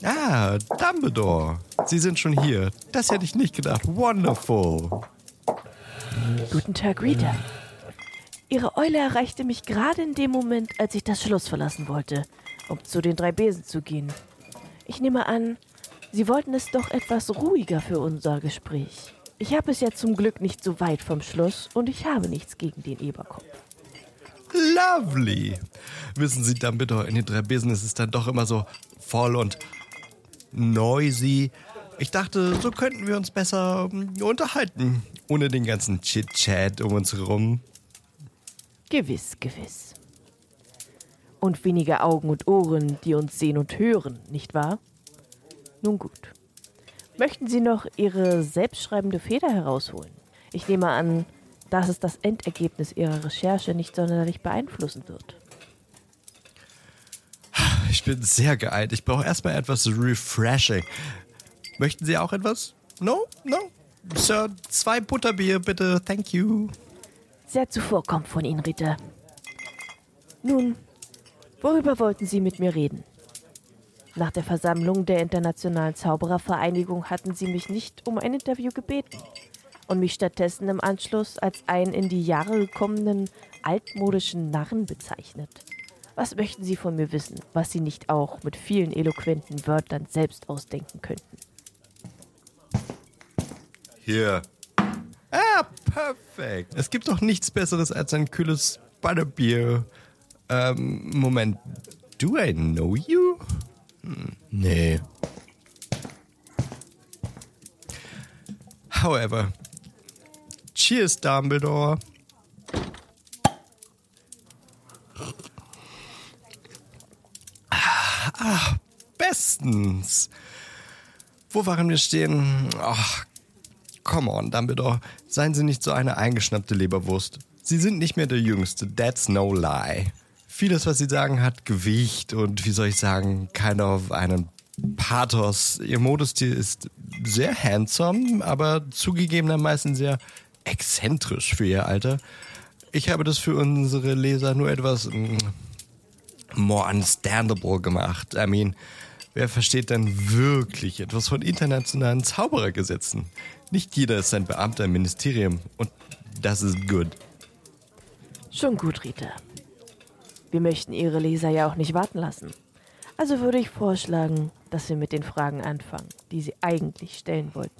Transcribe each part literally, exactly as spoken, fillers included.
Ah, Dumbledore. Sie sind schon hier. Das hätte ich nicht gedacht. Wonderful. Guten Tag, Rita. Ihre Eule erreichte mich gerade in dem Moment, als ich das Schloss verlassen wollte, um zu den drei Besen zu gehen. Ich nehme an, Sie wollten es doch etwas ruhiger für unser Gespräch. Ich habe es ja zum Glück nicht so weit vom Schloss und ich habe nichts gegen den Eberkopf. Lovely. Wissen Sie, Dumbledore, in den drei Besen ist es dann doch immer so voll und noisy. Ich dachte, so könnten wir uns besser unterhalten, ohne den ganzen Chit-Chat um uns herum. Gewiss, gewiss. Und weniger Augen und Ohren, die uns sehen und hören, nicht wahr? Nun gut. Möchten Sie noch Ihre selbstschreibende Feder herausholen? Ich nehme an, dass es das Endergebnis Ihrer Recherche nicht sonderlich beeinflussen wird. Ich bin sehr geeilt. Ich brauche erstmal etwas Refreshing. Möchten Sie auch etwas? No? No? Sir, zwei Butterbier, bitte. Thank you. Sehr zuvorkommend von Ihnen, Rita. Nun, worüber wollten Sie mit mir reden? Nach der Versammlung der Internationalen Zauberervereinigung hatten Sie mich nicht um ein Interview gebeten und mich stattdessen im Anschluss als einen in die Jahre gekommenen altmodischen Narren bezeichnet. Was möchten Sie von mir wissen, was Sie nicht auch mit vielen eloquenten Wörtern selbst ausdenken könnten? Hier. Ah, perfekt. Es gibt doch nichts Besseres als ein kühles Butterbier. Ähm, Moment. Do I know you? Hm, nee. However. Cheers, Dumbledore. Ah, bestens. Wo waren wir stehen? Ach, come on, Dumbledore. Seien Sie nicht so eine eingeschnappte Leberwurst. Sie sind nicht mehr der Jüngste, that's no lie. Vieles, was Sie sagen, hat Gewicht und, wie soll ich sagen, kind of einen Pathos. Ihr Modestil ist sehr handsome, aber zugegebenermaßen sehr exzentrisch für Ihr Alter. Ich habe das für unsere Leser nur etwas mm, more understandable gemacht. I mean, wer versteht denn wirklich etwas von internationalen Zauberergesetzen? Nicht jeder ist ein Beamter im Ministerium und das ist gut. Schon gut, Rita. Wir möchten Ihre Leser ja auch nicht warten lassen. Also würde ich vorschlagen, dass wir mit den Fragen anfangen, die Sie eigentlich stellen wollten.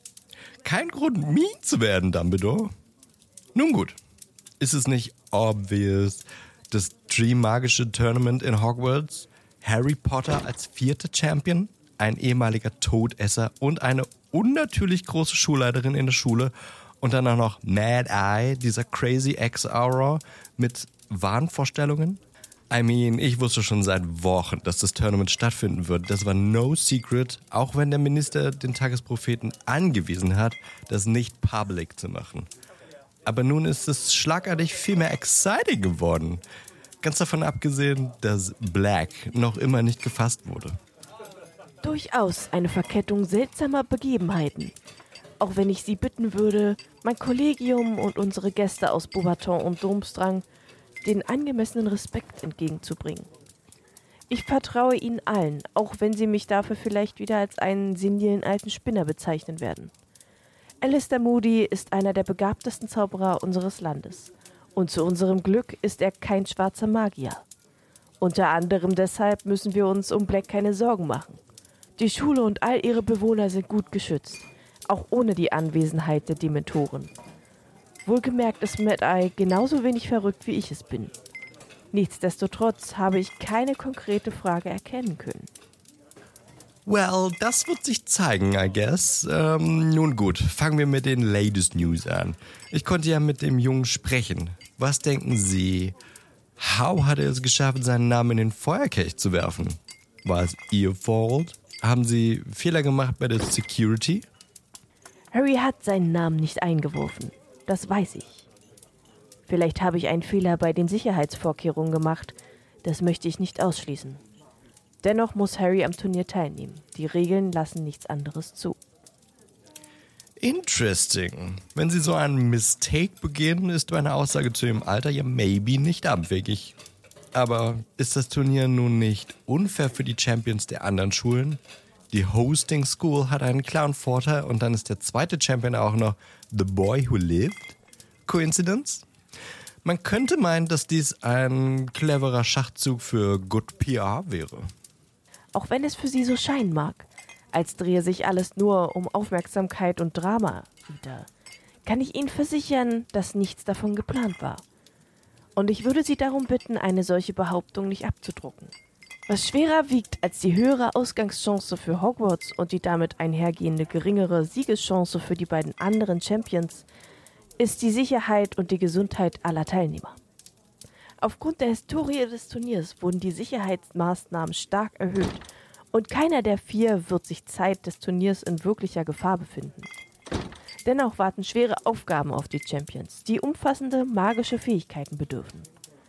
Kein Grund, mean zu werden, Dumbledore. Nun gut, ist es nicht obvious, das Dream-magische Tournament in Hogwarts, Harry Potter als vierter Champion, ein ehemaliger Todesser und eine unnatürlich große Schulleiterin in der Schule und dann auch noch Mad Eye, dieser crazy Ex-Auror mit Wahnvorstellungen? I mean, ich wusste schon seit Wochen, dass das Tournament stattfinden wird. Das war no secret, auch wenn der Minister den Tagespropheten angewiesen hat, das nicht public zu machen. Aber nun ist es schlagartig viel mehr exciting geworden. Ganz davon abgesehen, dass Black noch immer nicht gefasst wurde. Durchaus eine Verkettung seltsamer Begebenheiten. Auch wenn ich Sie bitten würde, mein Kollegium und unsere Gäste aus Beauxbaton und Durmstrang den angemessenen Respekt entgegenzubringen. Ich vertraue Ihnen allen, auch wenn Sie mich dafür vielleicht wieder als einen senilen alten Spinner bezeichnen werden. Alistair Moody ist einer der begabtesten Zauberer unseres Landes. Und zu unserem Glück ist er kein schwarzer Magier. Unter anderem deshalb müssen wir uns um Black keine Sorgen machen. Die Schule und all ihre Bewohner sind gut geschützt, auch ohne die Anwesenheit der Dementoren. Wohlgemerkt ist Mad Eye genauso wenig verrückt, wie ich es bin. Nichtsdestotrotz habe ich keine konkrete Frage erkennen können. Well, das wird sich zeigen, I guess. Ähm, nun gut, fangen wir mit den latest News an. Ich konnte ja mit dem Jungen sprechen. Was denken Sie? How hat er es geschafft, seinen Namen in den Feuerkelch zu werfen? War es Ihr Fault? Haben Sie Fehler gemacht bei der Security? Harry hat seinen Namen nicht eingeworfen. Das weiß ich. Vielleicht habe ich einen Fehler bei den Sicherheitsvorkehrungen gemacht. Das möchte ich nicht ausschließen. Dennoch muss Harry am Turnier teilnehmen. Die Regeln lassen nichts anderes zu. Interesting. Wenn Sie so einen Mistake begehen, ist meine Aussage zu Ihrem Alter ja maybe nicht abwegig. Aber ist das Turnier nun nicht unfair für die Champions der anderen Schulen? Die Hosting School hat einen klaren Vorteil und dann ist der zweite Champion auch noch The Boy Who Lived. Coincidence? Man könnte meinen, dass dies ein cleverer Schachzug für Good P R wäre. Auch wenn es für Sie so scheinen mag, als drehe sich alles nur um Aufmerksamkeit und Drama, Rita, kann ich Ihnen versichern, dass nichts davon geplant war. Und ich würde Sie darum bitten, eine solche Behauptung nicht abzudrucken. Was schwerer wiegt als die höhere Ausgangschance für Hogwarts und die damit einhergehende geringere Siegeschance für die beiden anderen Champions, ist die Sicherheit und die Gesundheit aller Teilnehmer. Aufgrund der Historie des Turniers wurden die Sicherheitsmaßnahmen stark erhöht und keiner der vier wird sich Zeit des Turniers in wirklicher Gefahr befinden. Dennoch warten schwere Aufgaben auf die Champions, die umfassende magische Fähigkeiten bedürfen.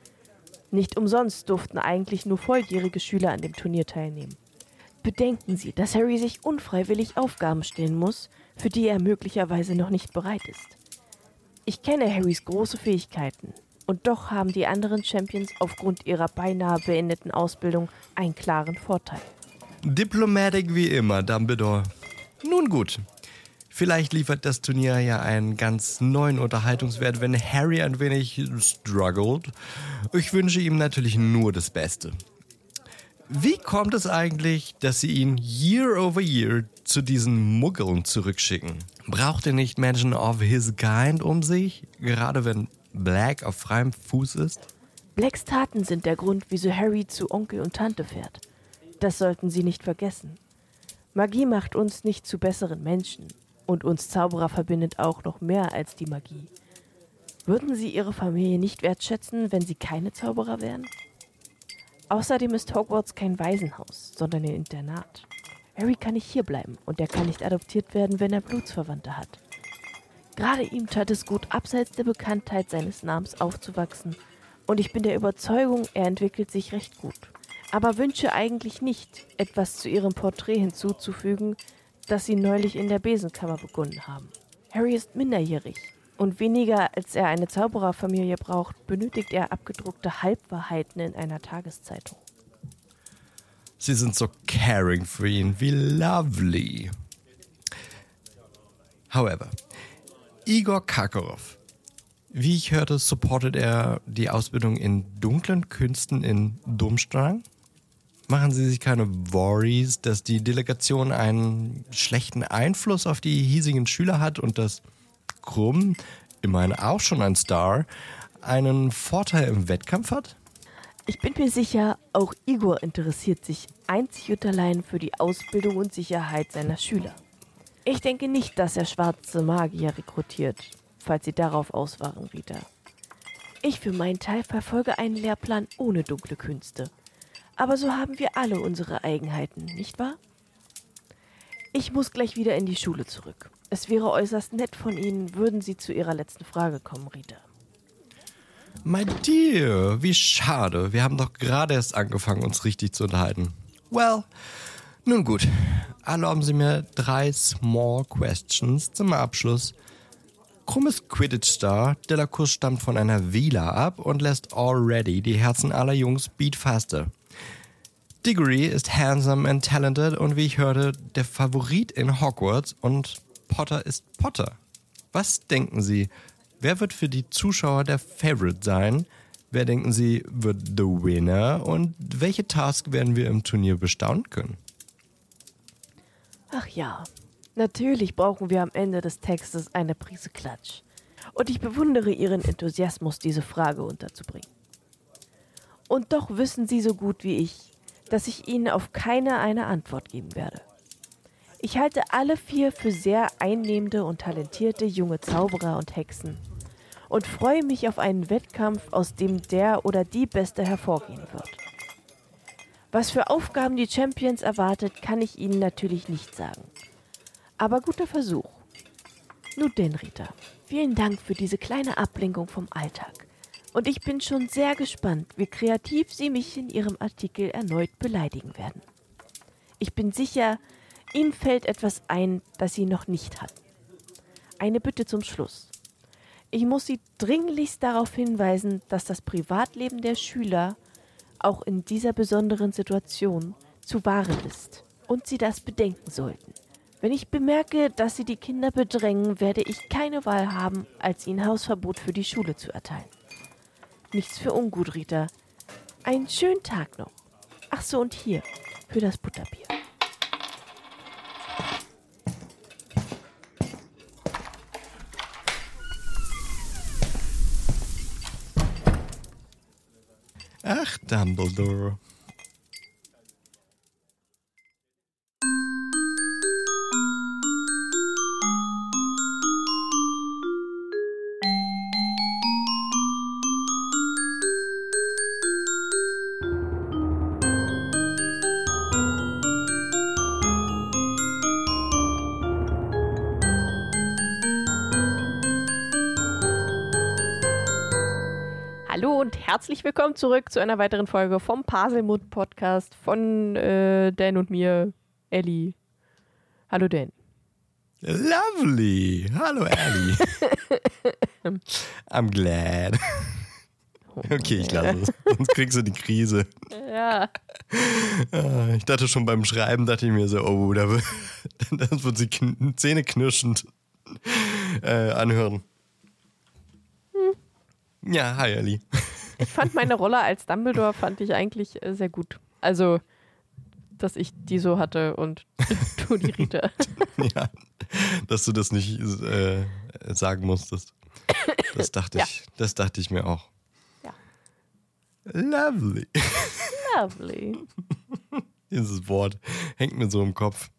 Nicht umsonst durften eigentlich nur volljährige Schüler an dem Turnier teilnehmen. Bedenken Sie, dass Harry sich unfreiwillig Aufgaben stellen muss, für die er möglicherweise noch nicht bereit ist. Ich kenne Harrys große Fähigkeiten, und doch haben die anderen Champions aufgrund ihrer beinahe beendeten Ausbildung einen klaren Vorteil. Diplomatic wie immer, Dumbledore. Nun gut. Vielleicht liefert das Turnier ja einen ganz neuen Unterhaltungswert, wenn Harry ein wenig struggelt. Ich wünsche ihm natürlich nur das Beste. Wie kommt es eigentlich, dass sie ihn year over year zu diesen Muggeln zurückschicken? Braucht er nicht Menschen of his kind um sich, gerade wenn Black auf freiem Fuß ist? Blacks Taten sind der Grund, wieso Harry zu Onkel und Tante fährt. Das sollten Sie nicht vergessen. Magie macht uns nicht zu besseren Menschen. Und uns Zauberer verbindet auch noch mehr als die Magie. Würden Sie Ihre Familie nicht wertschätzen, wenn Sie keine Zauberer wären? Außerdem ist Hogwarts kein Waisenhaus, sondern ein Internat. Harry kann nicht hierbleiben und er kann nicht adoptiert werden, wenn er Blutsverwandte hat. Gerade ihm tat es gut, abseits der Bekanntheit seines Namens aufzuwachsen. Und ich bin der Überzeugung, er entwickelt sich recht gut. Aber wünsche eigentlich nicht, etwas zu Ihrem Porträt hinzuzufügen, das Sie neulich in der Besenkammer begonnen haben. Harry ist minderjährig und weniger als er eine Zaubererfamilie braucht, benötigt er abgedruckte Halbwahrheiten in einer Tageszeitung. Sie sind so caring für ihn, wie lovely. However, Igor Karkaroff. Wie ich hörte, supportet er die Ausbildung in dunklen Künsten in Durmstrang. Machen Sie sich keine Worries, dass die Delegation einen schlechten Einfluss auf die hiesigen Schüler hat und dass Krumm, immerhin auch schon ein Star, einen Vorteil im Wettkampf hat? Ich bin mir sicher, auch Igor interessiert sich einzig und allein für die Ausbildung und Sicherheit seiner Schüler. Ich denke nicht, dass er schwarze Magier rekrutiert, falls Sie darauf aus waren, Rita. Ich für meinen Teil verfolge einen Lehrplan ohne dunkle Künste. Aber so haben wir alle unsere Eigenheiten, nicht wahr? Ich muss gleich wieder in die Schule zurück. Es wäre äußerst nett von Ihnen, würden Sie zu Ihrer letzten Frage kommen, Rita. My dear, wie schade. Wir haben doch gerade erst angefangen, uns richtig zu unterhalten. Well, nun gut. Erlauben Sie mir drei small questions zum Abschluss. Krumm ist Quidditch-Star, Delacroix stammt von einer Vila ab und lässt already die Herzen aller Jungs beat faster. Diggory ist handsome and talented und wie ich hörte, der Favorit in Hogwarts und Potter ist Potter. Was denken Sie, wer wird für die Zuschauer der Favorite sein? Wer denken Sie, wird the winner? Und welche Task werden wir im Turnier bestaunen können? Ach ja, natürlich brauchen wir am Ende des Textes eine Prise Klatsch. Und ich bewundere Ihren Enthusiasmus, diese Frage unterzubringen. Und doch wissen Sie so gut wie ich, dass ich Ihnen auf keine eine Antwort geben werde. Ich halte alle vier für sehr einnehmende und talentierte junge Zauberer und Hexen und freue mich auf einen Wettkampf, aus dem der oder die Beste hervorgehen wird. Was für Aufgaben die Champions erwartet, kann ich Ihnen natürlich nicht sagen. Aber guter Versuch. Nun denn, Rita, vielen Dank für diese kleine Ablenkung vom Alltag. Und ich bin schon sehr gespannt, wie kreativ Sie mich in Ihrem Artikel erneut beleidigen werden. Ich bin sicher, Ihnen fällt etwas ein, das Sie noch nicht hatten. Eine Bitte zum Schluss. Ich muss Sie dringlichst darauf hinweisen, dass das Privatleben der Schüler auch in dieser besonderen Situation zu wahren ist und Sie das bedenken sollten. Wenn ich bemerke, dass Sie die Kinder bedrängen, werde ich keine Wahl haben, als Ihnen Hausverbot für die Schule zu erteilen. Nichts für ungut, Rita. Einen schönen Tag noch. Ach so, und hier, für das Butterbier. Ach, Dumbledore. Hallo und herzlich willkommen zurück zu einer weiteren Folge vom Paselmut-Podcast von äh, Dan und mir, Ellie. Hallo Dan. Lovely. Hallo, Ellie. I'm glad. Okay, ich lasse es. Sonst kriegst du die Krise. Ja. Ich dachte schon beim Schreiben, dachte ich mir so, oh, da wird, das wird sich kn- zähneknirschend äh, anhören. Hm. Ja, hi, Ellie. Ich fand meine Rolle als Dumbledore fand ich eigentlich äh, sehr gut. Also, dass ich die so hatte und du die Rita. Ja, dass du das nicht äh, sagen musstest. Das dachte Ja. ich, das dachte ich mir auch. Ja. Lovely. Lovely. Dieses Wort hängt mir so im Kopf.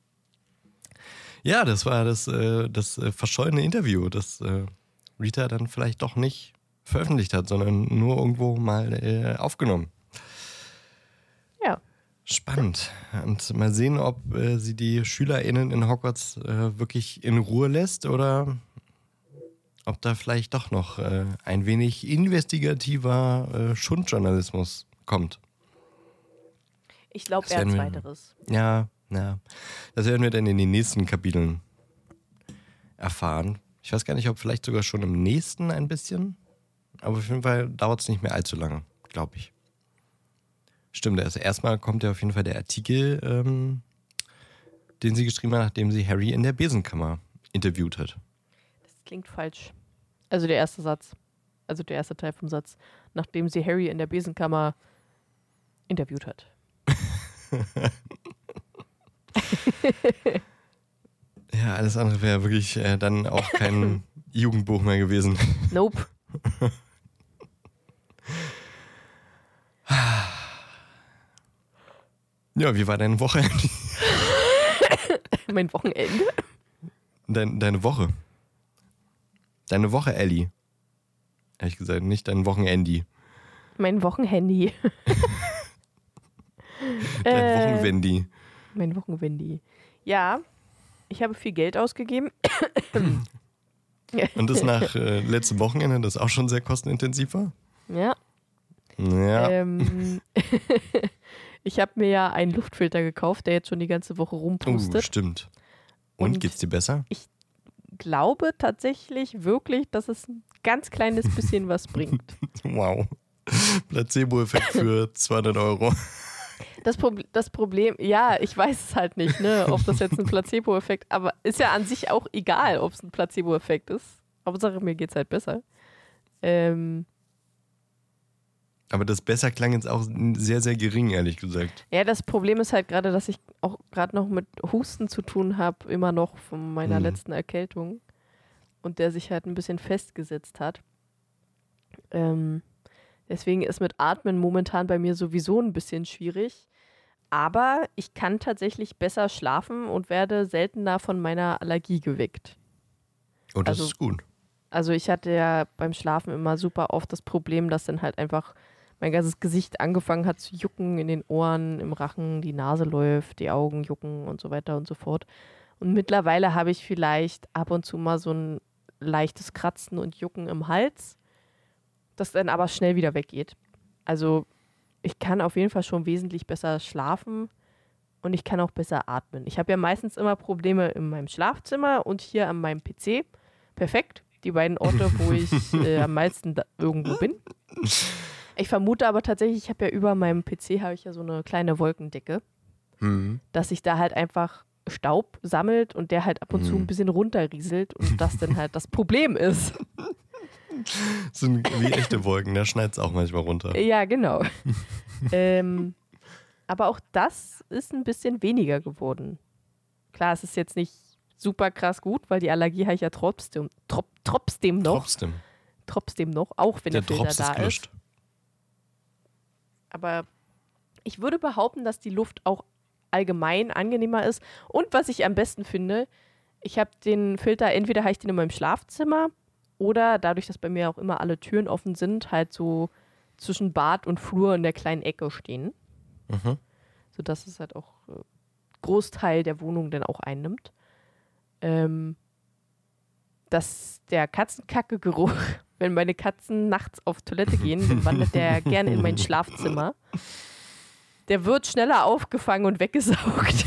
Ja, das war das, äh, das äh, verschollene Interview, das äh, Rita dann vielleicht doch nicht veröffentlicht hat, sondern nur irgendwo mal äh, aufgenommen. Ja. Spannend. Und mal sehen, ob äh, sie die SchülerInnen in Hogwarts äh, wirklich in Ruhe lässt oder ob da vielleicht doch noch äh, ein wenig investigativer äh, Schundjournalismus kommt. Ich glaube Das eher werden wir- Zweiteres. Ja, ja. Das werden wir dann in den nächsten Kapiteln erfahren. Ich weiß gar nicht, ob vielleicht sogar schon im nächsten ein bisschen. Aber auf jeden Fall dauert es nicht mehr allzu lange, glaube ich. Stimmt, also erstmal kommt ja auf jeden Fall der Artikel, ähm, den sie geschrieben hat, nachdem sie Harry in der Besenkammer interviewt hat. Das klingt falsch. Also der erste Satz. Also der erste Teil vom Satz. Nachdem sie Harry in der Besenkammer interviewt hat. Ja, alles andere wäre wirklich äh, dann auch kein Jugendbuch mehr gewesen. Nope. Ja, wie war deine Woche? Mein Wochenende? Dein, deine Woche. Deine Woche, Ellie. Ehrlich gesagt, nicht dein Wochenendy. Mein Wochenhandy. Dein Äh, Wochenwendy. Mein Wochenwendy. Ja, ich habe viel Geld ausgegeben. Und das nach äh, letztem Wochenende, das auch schon sehr kostenintensiv war? Ja. Ja. Ähm, ich habe mir ja einen Luftfilter gekauft, der jetzt schon die ganze Woche Oh, rumpustet. stimmt. Und, Und- geht's dir besser? Glaube tatsächlich wirklich, dass es ein ganz kleines bisschen was bringt. Wow. Placebo-Effekt für zweihundert Euro. Das, Prob- das Problem, ja, ich weiß es halt nicht, ne, ob das jetzt ein Placebo-Effekt, aber ist ja an sich auch egal, ob es ein Placebo-Effekt ist. Hauptsache, mir geht's halt besser. Ähm, Aber das besser klang jetzt auch sehr, sehr gering, ehrlich gesagt. ja, das Problem ist halt gerade, dass ich auch gerade noch mit Husten zu tun habe, immer noch von meiner Hm. letzten Erkältung und der sich halt ein bisschen festgesetzt hat. Ähm, deswegen ist mit Atmen momentan bei mir sowieso ein bisschen schwierig. Aber ich kann tatsächlich besser schlafen und werde seltener von meiner Allergie geweckt. Oh, das Also- ist gut. Also ich hatte ja beim Schlafen immer super oft das Problem, dass dann halt einfach mein ganzes Gesicht angefangen hat zu jucken, in den Ohren, im Rachen, die Nase läuft, die Augen jucken und so weiter und so fort. Und mittlerweile habe ich vielleicht ab und zu mal so ein leichtes Kratzen und Jucken im Hals, das dann aber schnell wieder weggeht. Also ich kann auf jeden Fall schon wesentlich besser schlafen und ich kann auch besser atmen. Ich habe ja meistens immer Probleme in meinem Schlafzimmer und hier an meinem P C. Perfekt. Die beiden Orte, wo ich äh, am meisten da irgendwo bin. Ich vermute aber tatsächlich, ich habe ja über meinem P C habe ich ja so eine kleine Wolkendecke, Mhm. dass sich da halt einfach Staub sammelt und der halt ab und zu Mhm. ein bisschen runterrieselt und das dann halt das Problem ist. Das sind wie echte Wolken, da schneit es auch manchmal runter. Ja, genau. ähm, aber auch das ist ein bisschen weniger geworden. Klar, es ist jetzt nicht super krass gut, weil die Allergie habe ich ja trotzdem, trop, trotzdem noch. Trotzdem. Trotzdem noch, auch wenn der, Der Filter Drops da ist gelöscht. ist. Aber ich würde behaupten, dass die Luft auch allgemein angenehmer ist. Und was ich am besten finde, ich habe den Filter, entweder habe ich den in meinem Schlafzimmer oder dadurch, dass bei mir auch immer alle Türen offen sind, halt so zwischen Bad und Flur in der kleinen Ecke stehen. Mhm. Sodass es halt auch äh, Großteil der Wohnung dann auch einnimmt. Ähm, dass der Katzenkacke-Geruch, wenn meine Katzen nachts auf Toilette gehen, dann wandert der gerne in mein Schlafzimmer. Der wird schneller aufgefangen und weggesaugt.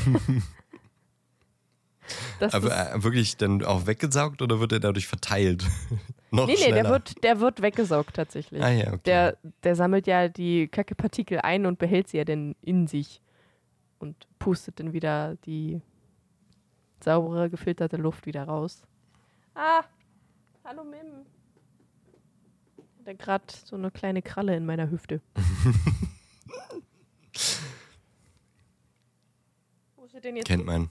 Das Aber ist, äh, wirklich dann auch weggesaugt oder wird er dadurch verteilt? Noch nee, nee, schneller. der wird, der wird weggesaugt tatsächlich. Ah ja, okay. Der, der sammelt ja die Kackepartikel ein und behält sie ja dann in sich und pustet dann wieder die saubere, gefilterte Luft wieder raus. Ah, hallo Mim. Hat er gerade so eine kleine Kralle in meiner Hüfte. Wo ist er denn jetzt? Kennt man.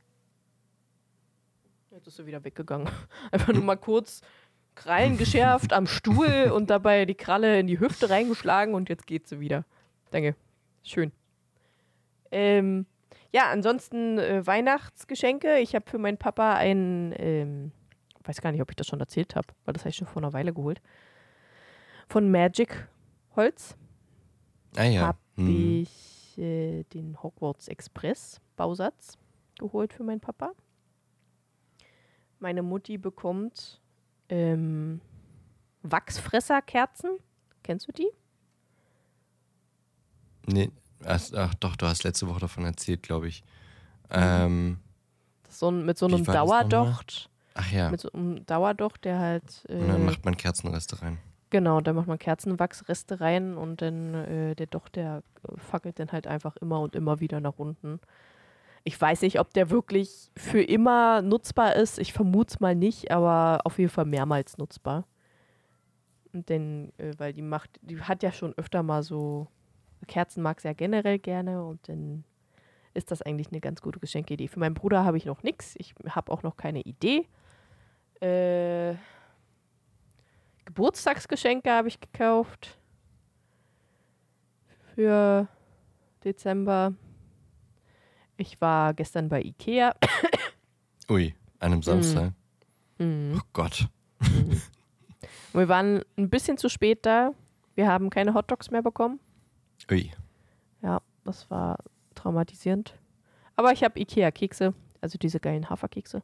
Jetzt ist er wieder weggegangen. Einfach nur mal kurz Krallen geschärft am Stuhl und dabei die Kralle in die Hüfte reingeschlagen und jetzt geht sie wieder. Danke. Schön. Ähm, ja, ansonsten äh, Weihnachtsgeschenke. Ich habe für meinen Papa ein, ähm, weiß gar nicht, ob ich das schon erzählt habe, weil das habe ich schon vor einer Weile geholt. Von Magic Holz Ah ja. habe Hm. ich äh, den Hogwarts Express Bausatz geholt für meinen Papa. Meine Mutti bekommt ähm, Wachsfresserkerzen. Kennst du die? Nee, ach, ach doch, du hast letzte Woche davon erzählt, glaube ich. Ähm, Das ist so ein, mit so Wie einem war das nochmal? Dauerdocht. ach ja, Mit so einem Dauerdocht, der halt. Äh, und dann macht man Kerzenreste rein. genau, da macht man Kerzenwachsreste rein und dann äh, der Docht, der äh, fackelt dann halt einfach immer und immer wieder nach unten. Ich weiß nicht, ob der wirklich für immer nutzbar ist. Ich vermute es mal nicht, aber auf jeden Fall mehrmals nutzbar. Und dann, äh, weil die macht, die hat ja schon öfter mal so, Kerzen mag sie ja generell gerne und dann ist das eigentlich eine ganz gute Geschenkidee. Für meinen Bruder habe ich noch nichts. Ich habe auch noch keine Idee. Äh, Geburtstagsgeschenke habe ich gekauft. Für Dezember. Ich war gestern bei Ikea. Ui, an einem Samstag. Mhm. Oh Gott. Wir waren ein bisschen zu spät da. Wir haben keine Hotdogs mehr bekommen. Ui. Ja, das war traumatisierend. Aber ich habe Ikea-Kekse, also diese geilen Haferkekse.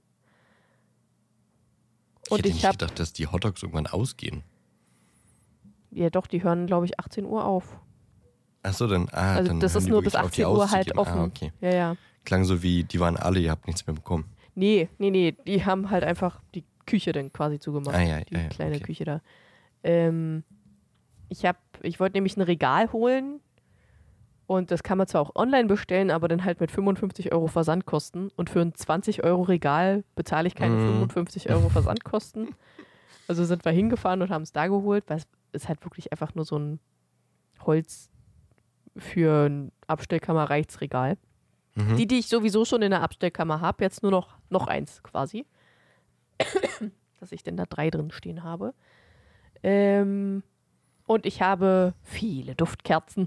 Ich Und hätte ich nicht habe, gedacht, dass die Hotdogs irgendwann ausgehen. ja doch, die hören, glaube ich, achtzehn Uhr auf. Achso, dann, ah, Also dann das hören ist die nur wirklich bis auf, die achtzehn Uhr halt auszugeben. offen. Ah, okay. Ja, ja. Klang so wie, die waren alle, ihr habt nichts mehr bekommen. Nee, nee, nee, die haben halt einfach die Küche dann quasi zugemacht. Ah, ja, die ja, ja, kleine okay. Küche da. Ähm, ich hab, ich wollte nämlich ein Regal holen und das kann man zwar auch online bestellen, aber dann halt mit fünfundfünfzig Euro Versandkosten und für ein zwanzig Euro Regal bezahle ich keine Mhm. fünfundfünfzig Euro Versandkosten. Also sind wir hingefahren und haben es da geholt, weil es ist halt wirklich einfach nur so ein Holz für ein Abstellkammer reichts Regal. Mhm. Die, die ich sowieso schon in der Abstellkammer habe, jetzt nur noch, noch eins quasi. Dass ich denn da drei drin stehen habe. Ähm, und ich habe viele Duftkerzen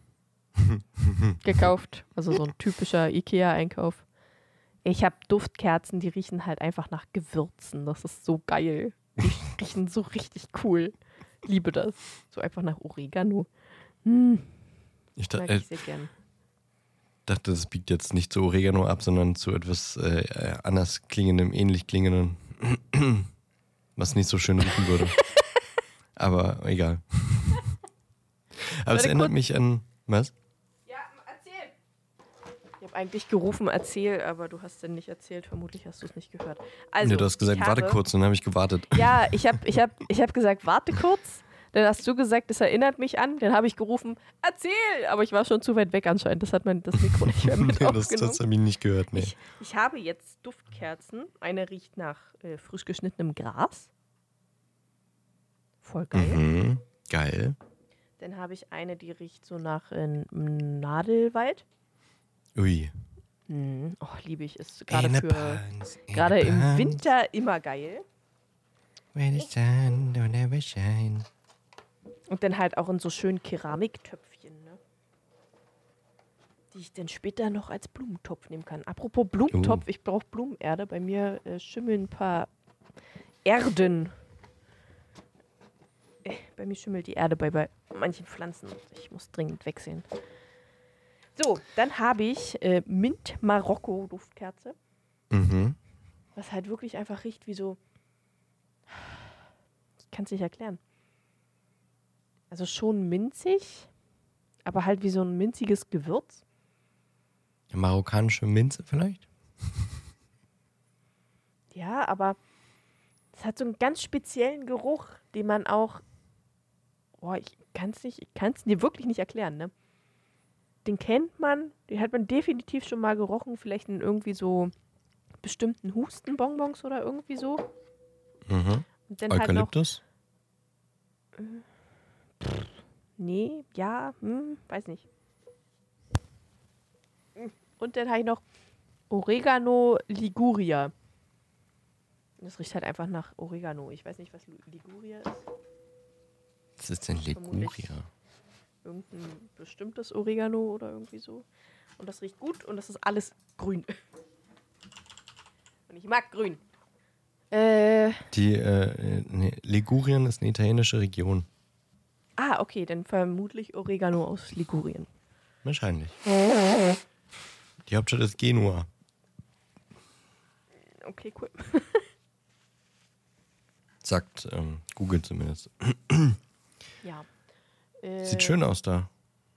gekauft. Also so ein typischer Ikea-Einkauf. Ich habe Duftkerzen, die riechen halt einfach nach Gewürzen. Das ist so geil. Die riechen so richtig cool. Liebe das. So einfach nach Oregano. Hm, Ich da, mag äh, ich sehr gern. dachte, das biegt jetzt nicht zu Oregano ab, sondern zu etwas äh, anders klingendem, ähnlich klingendem, was nicht so schön riechen würde. Aber egal. Aber es Warte erinnert kurz. mich an, was? Ja, erzähl. Ich habe eigentlich gerufen, erzähl, aber du hast denn nicht erzählt. Vermutlich hast du es nicht gehört. Also, Nee, du hast gesagt, ich warte habe, kurz, und dann habe ich gewartet. Ja, ich habe ich hab, ich hab gesagt, warte kurz. Dann hast du gesagt, das erinnert mich an. Dann habe ich gerufen, erzähl! Aber ich war schon zu weit weg anscheinend. Das hat mein das Mikro nicht mehr mit das, aufgenommen. das habe ich nicht gehört, nee. Ich, ich habe jetzt Duftkerzen. Eine riecht nach äh, frisch geschnittenem Gras. Voll geil. Mhm. Geil. Dann habe ich eine, die riecht so nach äh, Nadelwald. Ui. Hm. Oh, liebe ich. Ist gerade In a für pants, in gerade a im pants. Winter immer geil. When the sun don't ever shine. Und dann halt auch in so schönen Keramiktöpfchen, ne? Die ich dann später noch als Blumentopf nehmen kann. Apropos Blumentopf, Oh. ich brauche Blumenerde. Bei mir äh, schimmeln ein paar Erden. Äh, bei mir schimmelt die Erde bei, bei manchen Pflanzen. Ich muss dringend wechseln. So, dann habe ich äh, Mint Marokko Duftkerze. Mhm. Was halt wirklich einfach riecht wie so. Ich kann es nicht erklären. Also schon minzig, aber halt wie so ein minziges Gewürz. Marokkanische Minze vielleicht? Ja, aber es hat so einen ganz speziellen Geruch, den man auch. Boah, ich kann es nicht, ich kann es dir wirklich nicht erklären, ne? Den kennt man, den hat man definitiv schon mal gerochen, vielleicht in irgendwie so bestimmten Hustenbonbons oder irgendwie so. Mhm. Und dann halt noch. Eukalyptus? Nee, ja, hm, weiß nicht. Und dann habe ich noch Oregano Liguria. Das riecht halt einfach nach Oregano. Ich weiß nicht, was Lu- Liguria ist. Was ist denn Vermutlich. Liguria? Irgendein bestimmtes Oregano oder irgendwie so. Und das riecht gut und das ist alles grün. Und ich mag grün. Äh, Die, äh, nee, Ligurien ist eine italienische Region. ah, okay, dann vermutlich Oregano aus Ligurien. Wahrscheinlich. Die Hauptstadt ist Genua. Okay, cool. Sagt ähm, Google zumindest. Ja. Äh, Sieht schön aus da.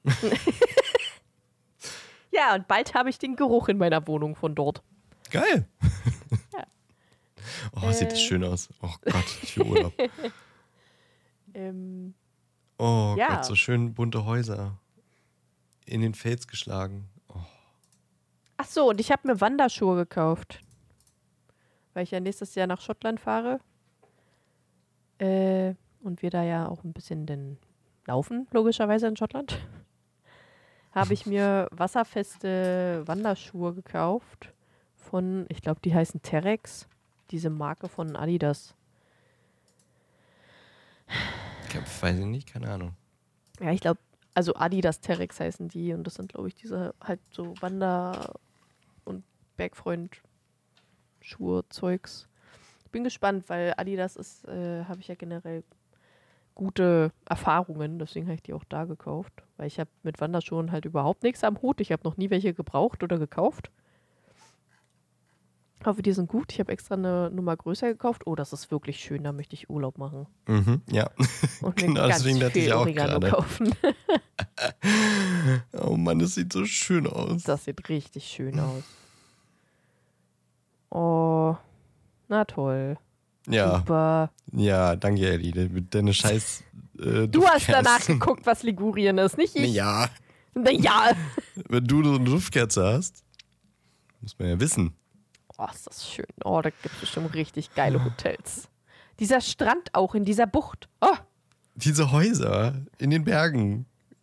Ja, und bald habe ich den Geruch in meiner Wohnung von dort. Geil. Ja. Oh, sieht das Äh. schön aus. Oh Gott, ich will Urlaub. Ähm, Oh Ja. Gott, so schön bunte Häuser. In den Fels geschlagen. Oh. ach so, und ich habe mir Wanderschuhe gekauft. Weil ich ja nächstes Jahr nach Schottland fahre. Äh, und wir da ja auch ein bisschen denn laufen, logischerweise in Schottland. Habe ich mir wasserfeste Wanderschuhe gekauft. Von, ich glaube, die heißen Terex. Diese Marke von Adidas. Ich hab, weiß ich nicht, keine Ahnung. Ja, ich glaube, also Adidas Terex heißen die. Und das sind, glaube ich, diese halt so Wander- und Bergfreund-Schuhe, Zeugs. Ich bin gespannt, weil Adidas ist, äh, habe ich ja generell gute Erfahrungen. Deswegen habe ich die auch da gekauft. Weil ich habe mit Wanderschuhen halt überhaupt nichts am Hut. Ich habe noch nie welche gebraucht oder gekauft. Hoffe, die sind gut. Ich habe extra eine Nummer größer gekauft. Oh, das ist wirklich schön. Da möchte ich Urlaub machen. Mhm, ja. Und mir Genau, ganz deswegen dachte ich viel auch Oregano gerade. kaufen. Oh Mann, das sieht so schön aus. Das sieht richtig schön aus. Oh, na toll. Ja, Super. ja, danke, Ellie. Mit deine scheiß äh, Du hast danach Duftkerzen. geguckt, was Ligurien ist, nicht ich. Ja, Na ja. wenn du so eine Duftkerze hast, muss man ja wissen. Oh, ist das schön. Oh, da gibt es bestimmt richtig geile Hotels. Dieser Strand auch in dieser Bucht. Oh, Diese Häuser in den Bergen.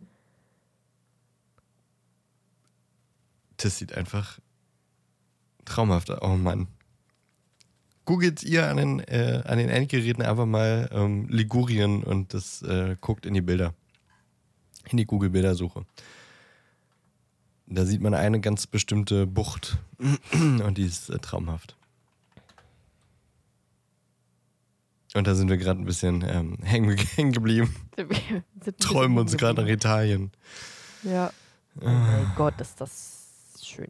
Das sieht einfach traumhaft aus. Oh Mann. Googelt ihr an den, äh, an den Endgeräten einfach mal ähm, Ligurien und das äh, guckt in die Bilder. In die Google-Bildersuche. Da sieht man eine ganz bestimmte Bucht und die ist äh, traumhaft. Und da sind wir gerade ein bisschen ähm, hängen, hängen geblieben. wir sind ein bisschen Träumen uns hängen gerade nach geblieben. Italien. Ja. Oh mein Gott, ist das schön.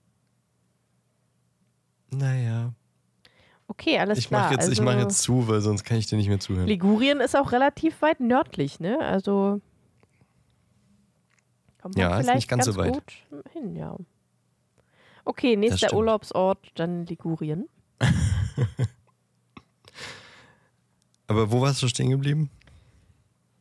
Naja. Okay, alles Ich klar. mache jetzt, also, ich mach jetzt zu, weil sonst kann ich dir nicht mehr zuhören. Ligurien ist auch relativ weit nördlich, ne? Also kommt man Ja, ist vielleicht nicht ganz so weit. gut hin, ja. Okay, nächster stimmt. Urlaubsort, dann Ligurien. Aber wo warst du stehen geblieben?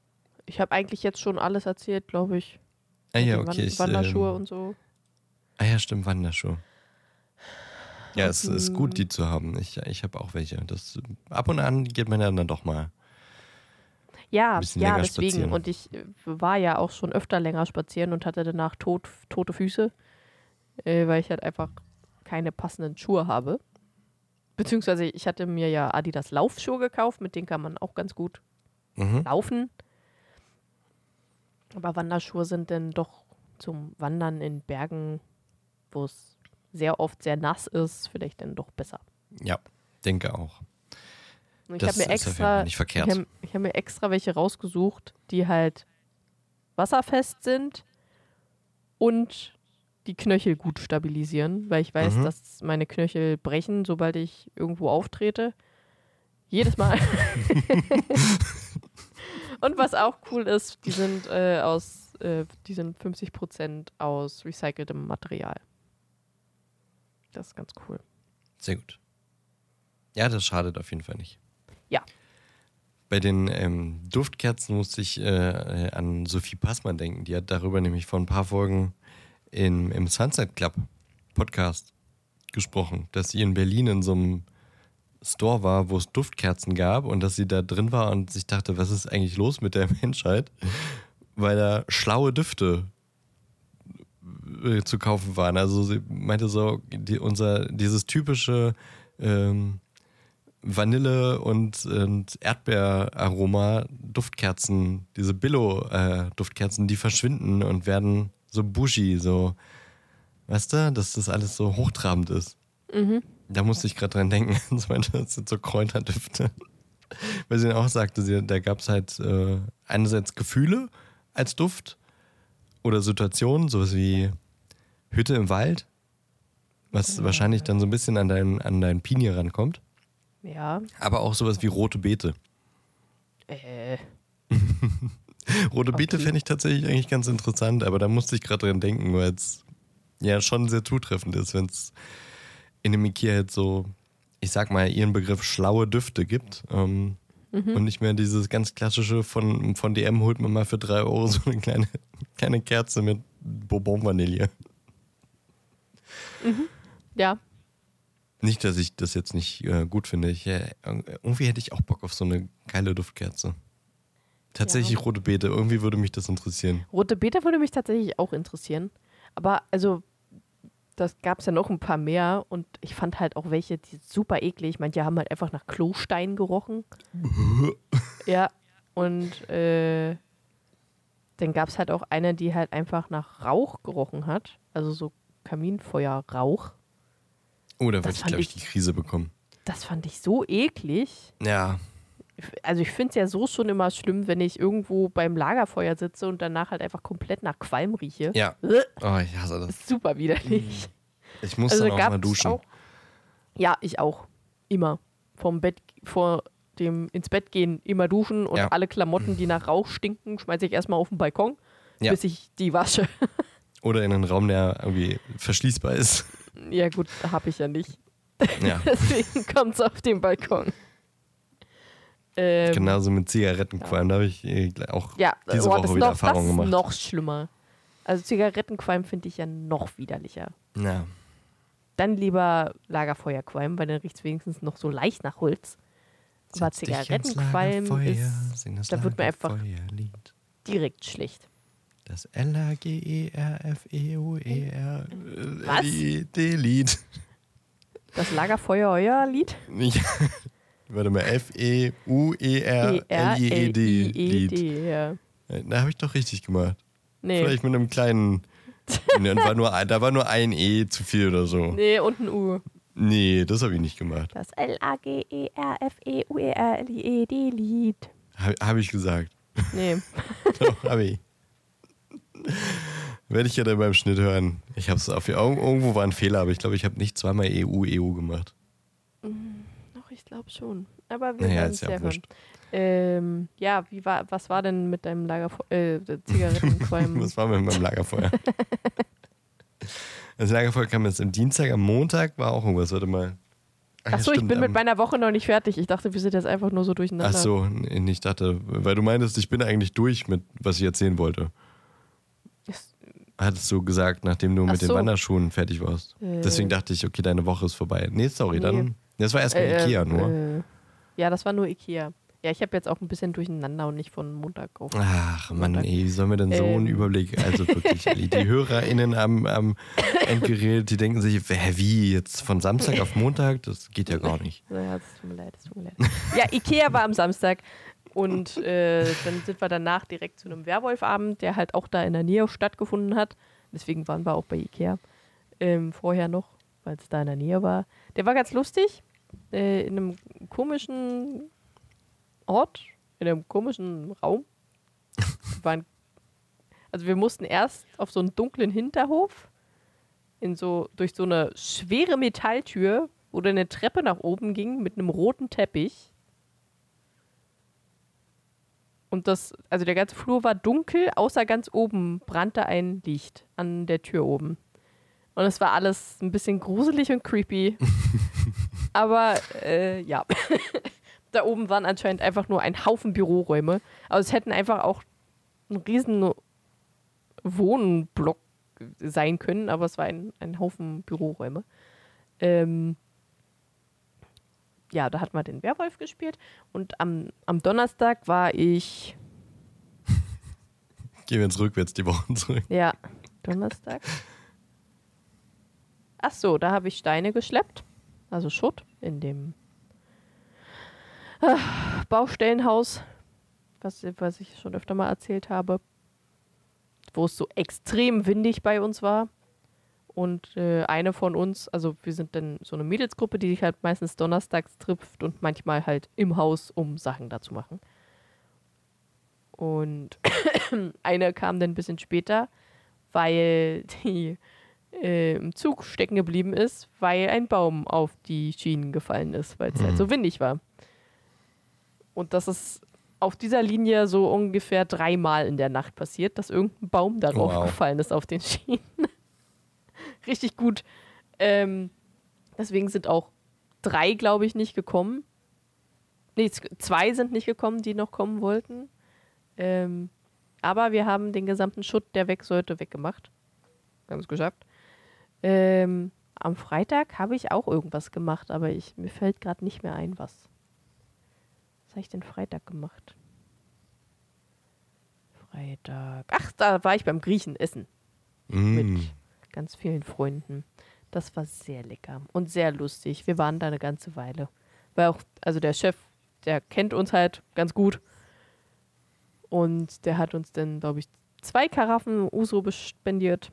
ich habe eigentlich jetzt schon alles erzählt, glaube ich. Ah ja, Die okay. Wan- Ich, Wanderschuhe ähm, und so. Ah ja, stimmt, Wanderschuhe. Ja, Und es ist ein- gut, die zu haben. Ich, ich habe auch welche. Das, ab und an geht man ja dann doch mal Ja, ein bisschen ja, länger deswegen. spazieren. Und ich äh, war ja auch schon öfter länger spazieren und hatte danach tot, tote Füße, äh, weil ich halt einfach keine passenden Schuhe habe. Beziehungsweise ich hatte mir ja Adidas Laufschuhe gekauft, mit denen kann man auch ganz gut Mhm. laufen. Aber Wanderschuhe sind dann doch zum Wandern in Bergen, wo es sehr oft sehr nass ist, vielleicht dann doch besser. Ja, denke auch. Und ich Das habe mir ist auf jeden extra, Fall nicht verkehrt. ich habe ich hab mir extra welche rausgesucht, die halt wasserfest sind und die Knöchel gut stabilisieren, weil ich weiß, Mhm. dass meine Knöchel brechen, sobald ich irgendwo auftrete. Jedes Mal. Und was auch cool ist, die sind äh, aus, äh, die sind fünfzig Prozent aus recyceltem Material. Das ist ganz cool. Sehr gut. Ja, das schadet auf jeden Fall nicht. Ja. Bei den ähm, Duftkerzen musste ich äh, an Sophie Passmann denken. Die hat darüber nämlich vor ein paar Folgen in, im Sunset Club Podcast gesprochen, dass sie in Berlin in so einem Store war, wo es Duftkerzen gab und dass sie da drin war und sich dachte, was ist eigentlich los mit der Menschheit? Weil da schlaue Düfte äh, zu kaufen waren. Also sie meinte so, die, unser, dieses typische ähm, Vanille- und, und Erdbeeraroma Duftkerzen, diese Billo-Duftkerzen, die verschwinden und werden so bushy, so, weißt du, dass das alles so hochtrabend ist. Mhm. Da musste ich gerade dran denken, das meinte, das sind so Kräuterdüfte. Weil sie dann auch sagte, sie, da gab es halt äh, einerseits Gefühle als Duft oder Situationen, sowas wie Hütte im Wald, was wahrscheinlich dann so ein bisschen an dein, an dein Pinie rankommt. Ja. Aber auch sowas wie rote Beete. Äh. Rote Beete Okay. fände ich tatsächlich eigentlich ganz interessant, aber da musste ich gerade dran denken, weil es ja schon sehr zutreffend ist, wenn es in dem Ikea jetzt so, ich sag mal, ihren Begriff schlaue Düfte gibt. Ähm, Mhm. und nicht mehr dieses ganz klassische von, von D M holt man mal für drei Euro so eine kleine, kleine Kerze mit Bourbon-Vanille. Ja. Nicht, dass ich das jetzt nicht äh, gut finde. Ich, äh, irgendwie hätte ich auch Bock auf so eine geile Duftkerze. Tatsächlich Ja. rote Beete, irgendwie würde mich das interessieren. Rote Beete würde mich tatsächlich auch interessieren. Aber also, das gab es ja noch ein paar mehr und ich fand halt auch welche, die super eklig. Manche haben halt einfach nach Klostein gerochen. Ja. Und äh, dann gab es halt auch eine, die halt einfach nach Rauch gerochen hat. Also so Kaminfeuerrauch. Oh, da Das würde ich, fand glaube ich, ich- die Krise bekommen. Das fand ich so eklig. Ja, Also ich finde es ja so schon immer schlimm, wenn ich irgendwo beim Lagerfeuer sitze und danach halt einfach komplett nach Qualm rieche. ja. Äh, Oh, ich hasse das. ist super widerlich. Ich muss Also dann auch gab's mal duschen. Auch, ja, ich auch. Immer. Vom Bett, vor dem ins Bett gehen, immer duschen und Ja. alle Klamotten, die nach Rauch stinken, schmeiße ich erstmal auf den Balkon, Ja. bis ich die wasche. Oder in einen Raum, der irgendwie verschließbar ist. Ja gut, habe ich ja nicht. Ja, Deswegen kommt es auf den Balkon. Ähm, genauso mit Zigarettenqualm. Da habe ich äh, auch Ja, diese oh, Woche das, wieder noch, Erfahrung das ist gemacht. noch schlimmer. Also Zigarettenqualm finde ich ja noch widerlicher. Ja. Dann lieber Lagerfeuerqualm, weil dann riecht es wenigstens noch so leicht nach Holz. Aber Setz dich ans Zigarettenqualm Lagerfeuer, ist sing das da wird mir einfach- Lagerfeuerlied. direkt schlecht. Das L A G E R F E U E R Was? D-Lied. Das Lagerfeuer euer Lied? Ja. Warte mal, F E U E R L I E D Lied. E-R-L-I-E-D, ja. Da habe ich doch richtig gemacht. Nee, Vielleicht mit einem kleinen. Ne, war nur, ein- da war nur ein E zu viel oder so. nee, und ein U. Nee, das habe ich nicht gemacht. Das L-A-G-E-R-F-E-U-E-R-L-I-E-D-Lied. Habe hab ich gesagt. Nee, Doch, habe ich. Werde ich ja dann beim Schnitt hören. Ich habe es auf irgendwo war ein Fehler, aber ich glaube, ich habe nicht zweimal E U E U gemacht. doch, ich glaube schon. Aber wir Naja, werden ist es ja ja auch hören. wurscht. Ähm, ja, wie war, was war denn mit deinem Lagerfeuer, äh, Zigarettenqualm? Was war mit meinem Lagerfeuer? Das Lagerfeuer kam jetzt am Dienstag, am Montag war auch irgendwas. Warte mal. Achso, ich stimmt, bin mit ähm, meiner Woche noch nicht fertig. Ich dachte, wir sind jetzt einfach nur so durcheinander. Ach so, nee, ich dachte, weil du meintest, ich bin eigentlich durch mit, was ich erzählen wollte. Ist, Hattest du gesagt, nachdem du Ach mit den so. Wanderschuhen fertig warst. Äh. Deswegen dachte ich, okay, deine Woche ist vorbei. Nee, sorry, Nee. dann. Das war erstmal äh, Ikea äh, nur. Äh, ja, das war nur Ikea. Ja, ich habe jetzt auch ein bisschen durcheinander und nicht von Montag auf. Ach Mann, Montag. ey, wie sollen wir denn so einen Ähm. Überblick? Also wirklich, Ali, die HörerInnen am, am Endgerät, die denken sich, hä, wie, jetzt von Samstag auf Montag? Das geht ja gar nicht. Ja, das tut mir leid, das tut mir leid. Ja, Ikea war am Samstag und äh, dann sind wir danach direkt zu einem Werwolfabend, der halt auch da in der Nähe stattgefunden hat. Deswegen waren wir auch bei Ikea ähm, vorher noch, weil es da in der Nähe war. Der war ganz lustig, äh, in einem komischen Ort, in einem komischen Raum. Wir waren, also wir mussten erst auf so einen dunklen Hinterhof, in so, durch so eine schwere Metalltür, wo dann eine Treppe nach oben ging mit einem roten Teppich. Und das, also der ganze Flur war dunkel, außer ganz oben brannte ein Licht an der Tür oben. Und es war alles ein bisschen gruselig und creepy. Aber äh, ja, da oben waren anscheinend einfach nur ein Haufen Büroräume. Also es hätten einfach auch ein riesen Wohnblock sein können, aber es war ein, ein Haufen Büroräume. Ähm, ja, da hat man den Werwolf gespielt und am, am Donnerstag war ich, Gehen wir jetzt rückwärts die Wochen zurück. ja, Donnerstag. Ach so, da habe ich Steine geschleppt, also Schutt in dem äh, Baustellenhaus, was, was ich schon öfter mal erzählt habe, wo es so extrem windig bei uns war. Und äh, eine von uns, also wir sind dann so eine Mädelsgruppe, die sich halt meistens donnerstags trifft und manchmal halt im Haus, um Sachen da zu machen. Und eine kam dann ein bisschen später, weil die äh, im Zug stecken geblieben ist, weil ein Baum auf die Schienen gefallen ist, weil es halt so windig war. Und das ist auf dieser Linie so ungefähr dreimal in der Nacht passiert, dass irgendein Baum darauf Wow. gefallen ist auf den Schienen. Richtig gut. Ähm, deswegen sind auch drei, glaube ich, nicht gekommen. Nee, z- zwei sind nicht gekommen, die noch kommen wollten. Ähm, aber wir haben den gesamten Schutt, der weg sollte, weggemacht. Wir haben es geschafft. Ähm, am Freitag habe ich auch irgendwas gemacht, aber ich, mir fällt gerade nicht mehr ein, was. Was habe ich denn Freitag gemacht? Freitag. Ach, da war ich beim Griechen essen. Mm. Mit ganz vielen Freunden. Das war sehr lecker und sehr lustig. Wir waren da eine ganze Weile. Weil auch, also der Chef, der kennt uns halt ganz gut. Und der hat uns dann, glaube ich, zwei Karaffen Uso bespendiert.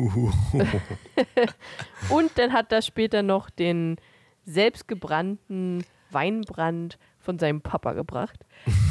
Und dann hat er später noch den selbstgebrannten Weinbrand von seinem Papa gebracht.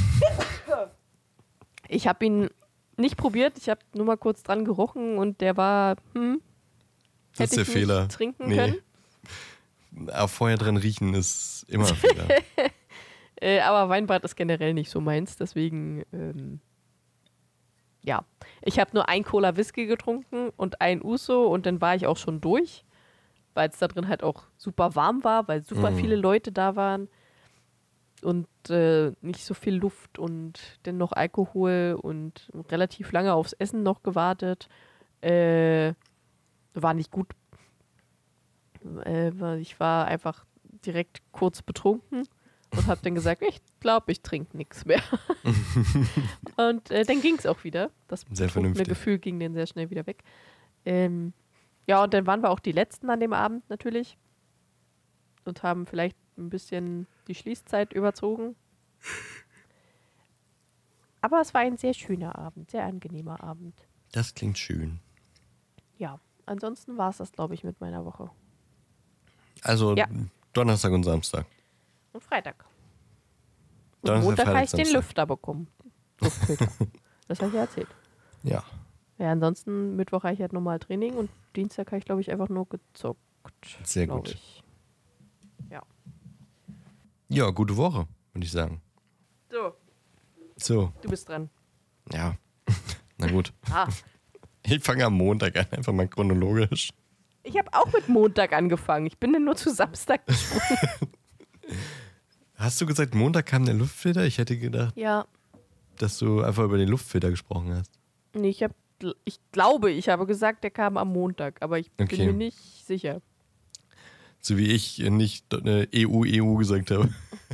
Ich habe ihn nicht probiert, ich habe nur mal kurz dran gerochen und der war, hm, Das ist hätte der ich Fehler. nicht trinken Nee. können. Aber vorher dran riechen ist immer ein Fehler. Äh, aber Weinbrand ist generell nicht so meins, deswegen, ähm, ja. Ich habe nur ein Cola Whisky getrunken und ein Uso und dann war ich auch schon durch, weil es da drin halt auch super warm war, weil super Mhm. viele Leute da waren und äh, nicht so viel Luft und dann noch Alkohol und relativ lange aufs Essen noch gewartet. Äh, war nicht gut. Äh, weil ich war einfach direkt kurz betrunken und habe dann gesagt, ich glaube, ich trinke nichts mehr. Und äh, dann ging es auch wieder. Das Sehr betrunkene vernünftig. Gefühl ging dann sehr schnell wieder weg. Ähm, ja, und dann waren wir auch die Letzten an dem Abend natürlich und haben vielleicht ein bisschen die Schließzeit überzogen. Aber es war ein sehr schöner Abend, sehr angenehmer Abend. Das klingt schön. Ja, ansonsten war es das, glaube ich, mit meiner Woche. Also Ja. Donnerstag und Samstag. Und Freitag. Und Donnerstag, Montag habe Freitag, ich den Samstag. Lüfter bekommen. Luftfilter. Das habe ich ja erzählt. Ja. Ja, ansonsten Mittwoch habe ich halt normal Training und Dienstag habe ich, glaube ich, einfach nur gezockt. Sehr glaub gut. Ich. Ja. Ja, gute Woche, würde ich sagen. So, So, du bist dran. ja. Na gut. Ah, Ich fange am Montag an, einfach mal chronologisch. Ich habe auch mit Montag angefangen. Ich bin dann nur zu Samstag gesprungen. Hast du gesagt, Montag kam der Luftfilter? Ich hätte gedacht, Ja. dass du einfach über den Luftfilter gesprochen hast. Nee, ich, hab, ich glaube, ich habe gesagt, der kam am Montag, aber ich Okay. bin mir nicht sicher. So wie ich nicht äh, E U, E U gesagt habe.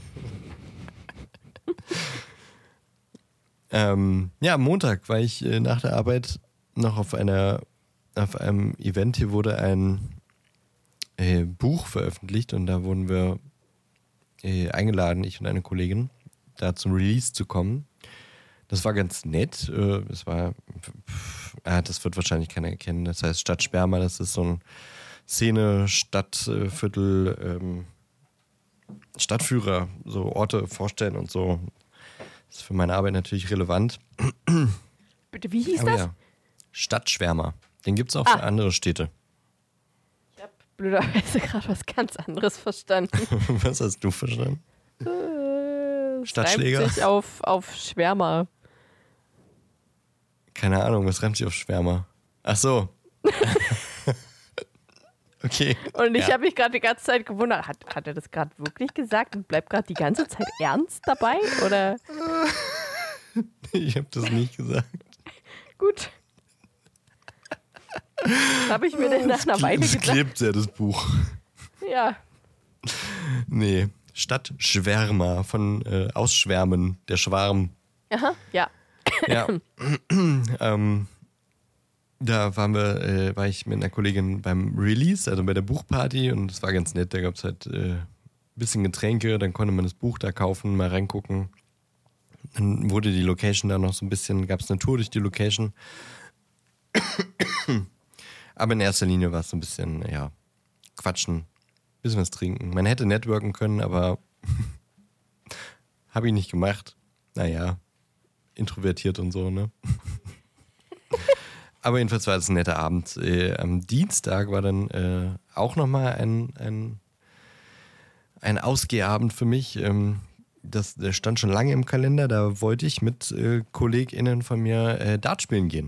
ähm, ja, am Montag war ich äh, nach der Arbeit noch auf einer auf einem Event. Hier wurde ein äh, Buch veröffentlicht und da wurden wir äh, eingeladen, ich und eine Kollegin, da zum Release zu kommen. Das war ganz nett. Äh, es war, pff, ah, das wird wahrscheinlich keiner erkennen. Das heißt Stadt Sperma, das ist so ein Szene, Stadtviertel, ähm, Stadtführer, so Orte vorstellen und so. Das ist für meine Arbeit natürlich relevant. Bitte, wie hieß Aber das? ja, Stadtschwärmer. Den gibt es auch Ah. für andere Städte. Ich habe blöderweise gerade was ganz anderes verstanden. Was hast du verstanden? Äh, es Stadtschläger? reimt sich auf, auf Schwärmer. Keine Ahnung, was reimt sich auf Schwärmer? Ach so. Okay. Und ich Ja. habe mich gerade die ganze Zeit gewundert, hat, hat er das gerade wirklich gesagt und bleibt gerade die ganze Zeit ernst dabei? Oder Ich habe das nicht gesagt. gut. Was habe ich mir denn nach einer Weile Es gedacht? klebt sehr, das Buch. Ja, Nee, Stadtschwärmer von äh, Ausschwärmen, der Schwarm. aha, ja. Ja. ähm, da waren wir, äh, war ich mit einer Kollegin beim Release, also bei der Buchparty und es war ganz nett. Da gab es halt äh, ein bisschen Getränke, dann konnte man das Buch da kaufen, mal reingucken. Dann wurde die Location da noch so ein bisschen, gab es eine Tour durch die Location. Aber in erster Linie war es so ein bisschen, ja, quatschen, bisschen was trinken. Man hätte networken können, aber habe ich nicht gemacht. Naja, introvertiert und so, ne? Aber jedenfalls war es ein netter Abend. Äh, am Dienstag war dann äh, auch nochmal ein, ein, ein Ausgehabend für mich. Ähm, das, das stand schon lange im Kalender. Da wollte ich mit äh, KollegInnen von mir äh, Dart spielen gehen.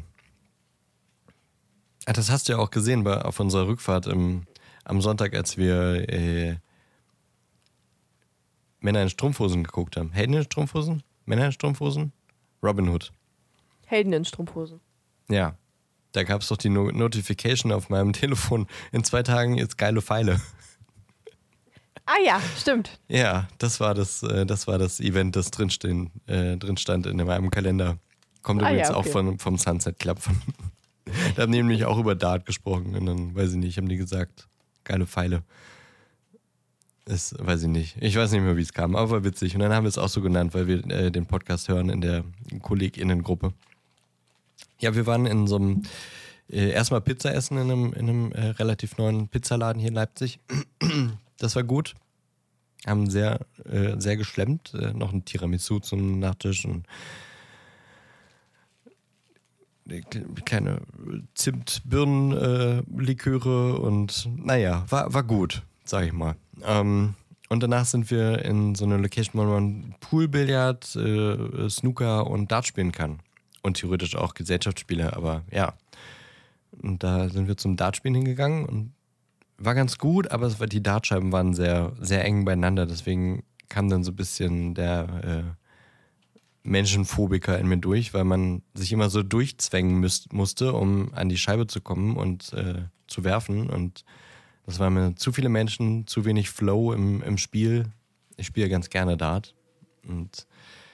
Ach, das hast du ja auch gesehen bei, auf unserer Rückfahrt im, am Sonntag, als wir äh, Männer in Strumpfhosen geguckt haben. Helden in Strumpfhosen? Männer in Strumpfhosen? Robin Hood. Helden in Strumpfhosen. Ja, da gab es doch die no- Notification auf meinem Telefon. In zwei Tagen jetzt geile Pfeile. Ah ja, stimmt. Ja, das war das, äh, das war das Event, das drinstehen, äh, drin stand in meinem Kalender. Kommt Ah, übrigens ja, okay. auch von, vom Sunset Club. Da haben die nämlich auch über Dart gesprochen und dann, weiß ich nicht, haben die gesagt, geile Pfeile. Das weiß ich nicht. Ich weiß nicht mehr, wie es kam, aber war witzig. Und dann haben wir es auch so genannt, weil wir äh, den Podcast hören in der KollegInnen-Gruppe. Ja, wir waren in so einem, äh, erstmal Pizza essen in einem, in einem äh, relativ neuen Pizzaladen hier in Leipzig. Das war gut. Haben sehr, äh, sehr geschlemmt. Äh, noch ein Tiramisu zum Nachtisch und kleine Zimt-Birnen-Liköre und naja, war, war gut, sag ich mal. Ähm, und danach sind wir in so eine Location, wo man Poolbillard, äh, Snooker und Dart spielen kann. Und theoretisch auch Gesellschaftsspiele, aber ja. Und da sind wir zum Dartspielen hingegangen und war ganz gut, aber es war, die Dartscheiben waren sehr, sehr eng beieinander, deswegen kam dann so ein bisschen der äh, Menschenphobiker in mir durch, weil man sich immer so durchzwängen müß, musste, um an die Scheibe zu kommen und äh, zu werfen. Und das waren mir zu viele Menschen, zu wenig Flow im, im Spiel. Ich spiele ganz gerne Dart. Und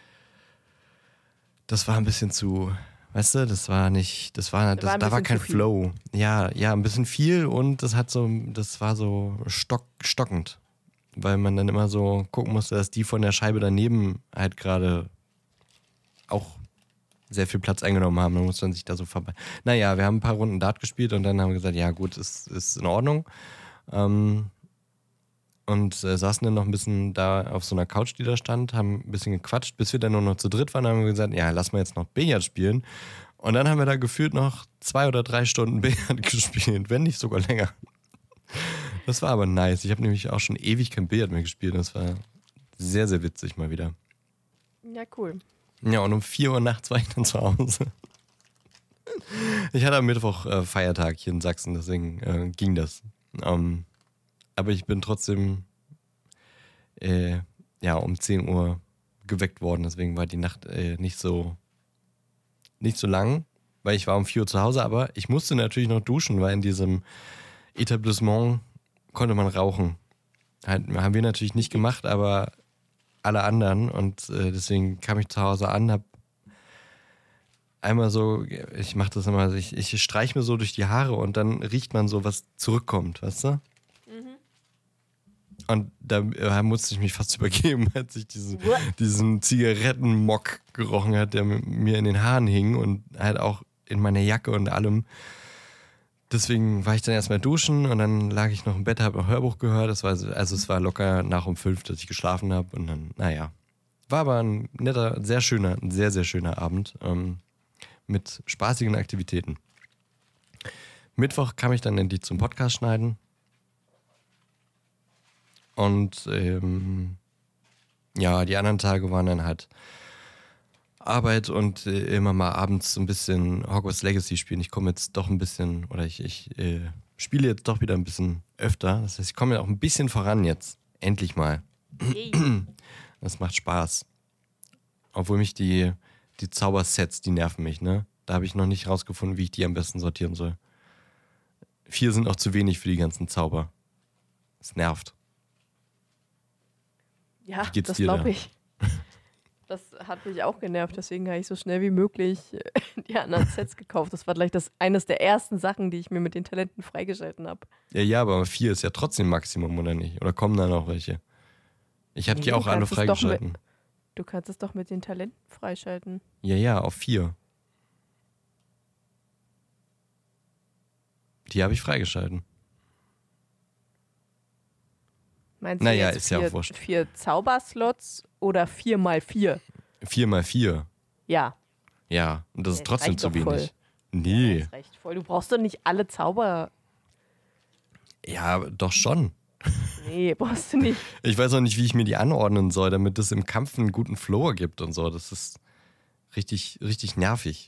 das war ein bisschen zu, weißt du, das war nicht, das war, das, war ein da war bisschen kein zu viel. Flow. Ja, ja, ein bisschen viel und das hat so, das war so stock, stockend. Weil man dann immer so gucken musste, dass die von der Scheibe daneben halt gerade auch sehr viel Platz eingenommen haben. Dann muss man sich da so vorbei. Naja, wir haben ein paar Runden Dart gespielt und dann haben wir gesagt, ja gut, ist, ist in Ordnung. Ähm, und äh, saßen dann noch ein bisschen da auf so einer Couch, die da stand, haben ein bisschen gequatscht, bis wir dann nur noch zu dritt waren, haben wir gesagt, ja, lass mal jetzt noch Billard spielen. Und dann haben wir da gefühlt noch zwei oder drei Stunden Billard gespielt, wenn nicht sogar länger. Das war aber nice. Ich habe nämlich auch schon ewig kein Billard mehr gespielt. Das war sehr, sehr witzig mal wieder. Ja, cool. Ja, und um vier Uhr nachts war ich dann zu Hause. Ich hatte am Mittwoch äh, Feiertag hier in Sachsen, deswegen äh, ging das. Ähm, aber ich bin trotzdem äh, ja, um zehn Uhr geweckt worden, deswegen war die Nacht äh, nicht so nicht so lang, weil ich war um vier Uhr zu Hause, aber ich musste natürlich noch duschen, weil in diesem Etablissement konnte man rauchen. Halt, haben wir natürlich nicht gemacht, aber alle anderen und äh, deswegen kam ich zu Hause an, hab einmal so, ich mach das immer, ich, ich streich mir so durch die Haare und dann riecht man so, was zurückkommt, weißt du? Mhm. Und da äh, musste ich mich fast übergeben, als ich diese, diesen Zigarettenmock gerochen hat, der mir in den Haaren hing und halt auch in meiner Jacke und allem. Deswegen war ich dann erstmal duschen und dann lag ich noch im Bett, habe noch Hörbuch gehört. Das war, also es war locker nach um fünf, dass ich geschlafen habe und dann, naja. War aber ein netter, sehr schöner, ein sehr, sehr schöner Abend ähm, mit spaßigen Aktivitäten. Mittwoch kam ich dann endlich zum Podcast schneiden. Und ähm, ja, die anderen Tage waren dann halt Arbeit und äh, immer mal abends so ein bisschen Hogwarts Legacy spielen. Ich komme jetzt doch ein bisschen, oder ich, ich äh, spiele jetzt doch wieder ein bisschen öfter. Das heißt, ich komme ja auch ein bisschen voran jetzt. Endlich mal. Hey. Das macht Spaß. Obwohl mich die, die Zaubersets, die nerven mich, ne? Da habe ich noch nicht rausgefunden, wie ich die am besten sortieren soll. Vier sind auch zu wenig für die ganzen Zauber. Es nervt. Ja, das glaube ich. Das hat mich auch genervt, deswegen habe ich so schnell wie möglich die anderen Sets gekauft. Das war gleich das, eines der ersten Sachen, die ich mir mit den Talenten freigeschalten habe. Ja, ja, aber vier ist ja trotzdem Maximum, oder nicht? Oder kommen da noch welche? Ich habe nee, die auch alle freigeschalten. Mit, du kannst es doch mit den Talenten freischalten. Ja, ja, auf vier. Die habe ich freigeschalten. Meinst naja, du jetzt ist vier, ja auch wurscht. Vier Zauberslots oder vier mal vier? Vier mal vier. Ja. Ja, und das ist das trotzdem zu wenig. Voll. Nee. Ja, das reicht voll. Du brauchst doch nicht alle Zauber. Ja, doch schon. Nee, brauchst du nicht. Ich weiß auch nicht, wie ich mir die anordnen soll, damit es im Kampf einen guten Flow ergibt und so. Das ist richtig, richtig nervig.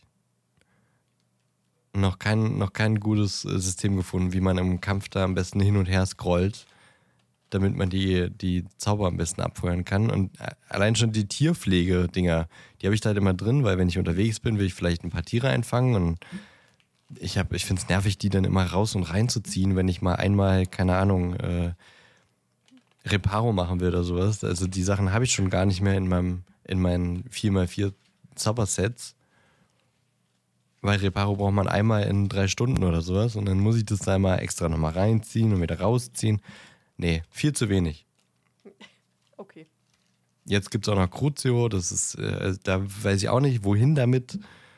Noch kein, noch kein gutes System gefunden, wie man im Kampf da am besten hin und her scrollt, damit man die, die Zauber am besten abfeuern kann. Und allein schon die Tierpflege-Dinger, die habe ich da halt immer drin, weil wenn ich unterwegs bin, will ich vielleicht ein paar Tiere einfangen und ich, hab, ich finde es nervig, die dann immer raus und reinzuziehen, wenn ich mal einmal, keine Ahnung, äh, Reparo machen will oder sowas. Also die Sachen habe ich schon gar nicht mehr in meinem, in meinen vier mal vier Zaubersets. Weil Reparo braucht man einmal in drei Stunden oder sowas und dann muss ich das da mal extra nochmal reinziehen und wieder rausziehen. Nee, viel zu wenig. Okay. Jetzt gibt es auch noch Crucio, das ist, äh, da weiß ich auch nicht, wohin damit.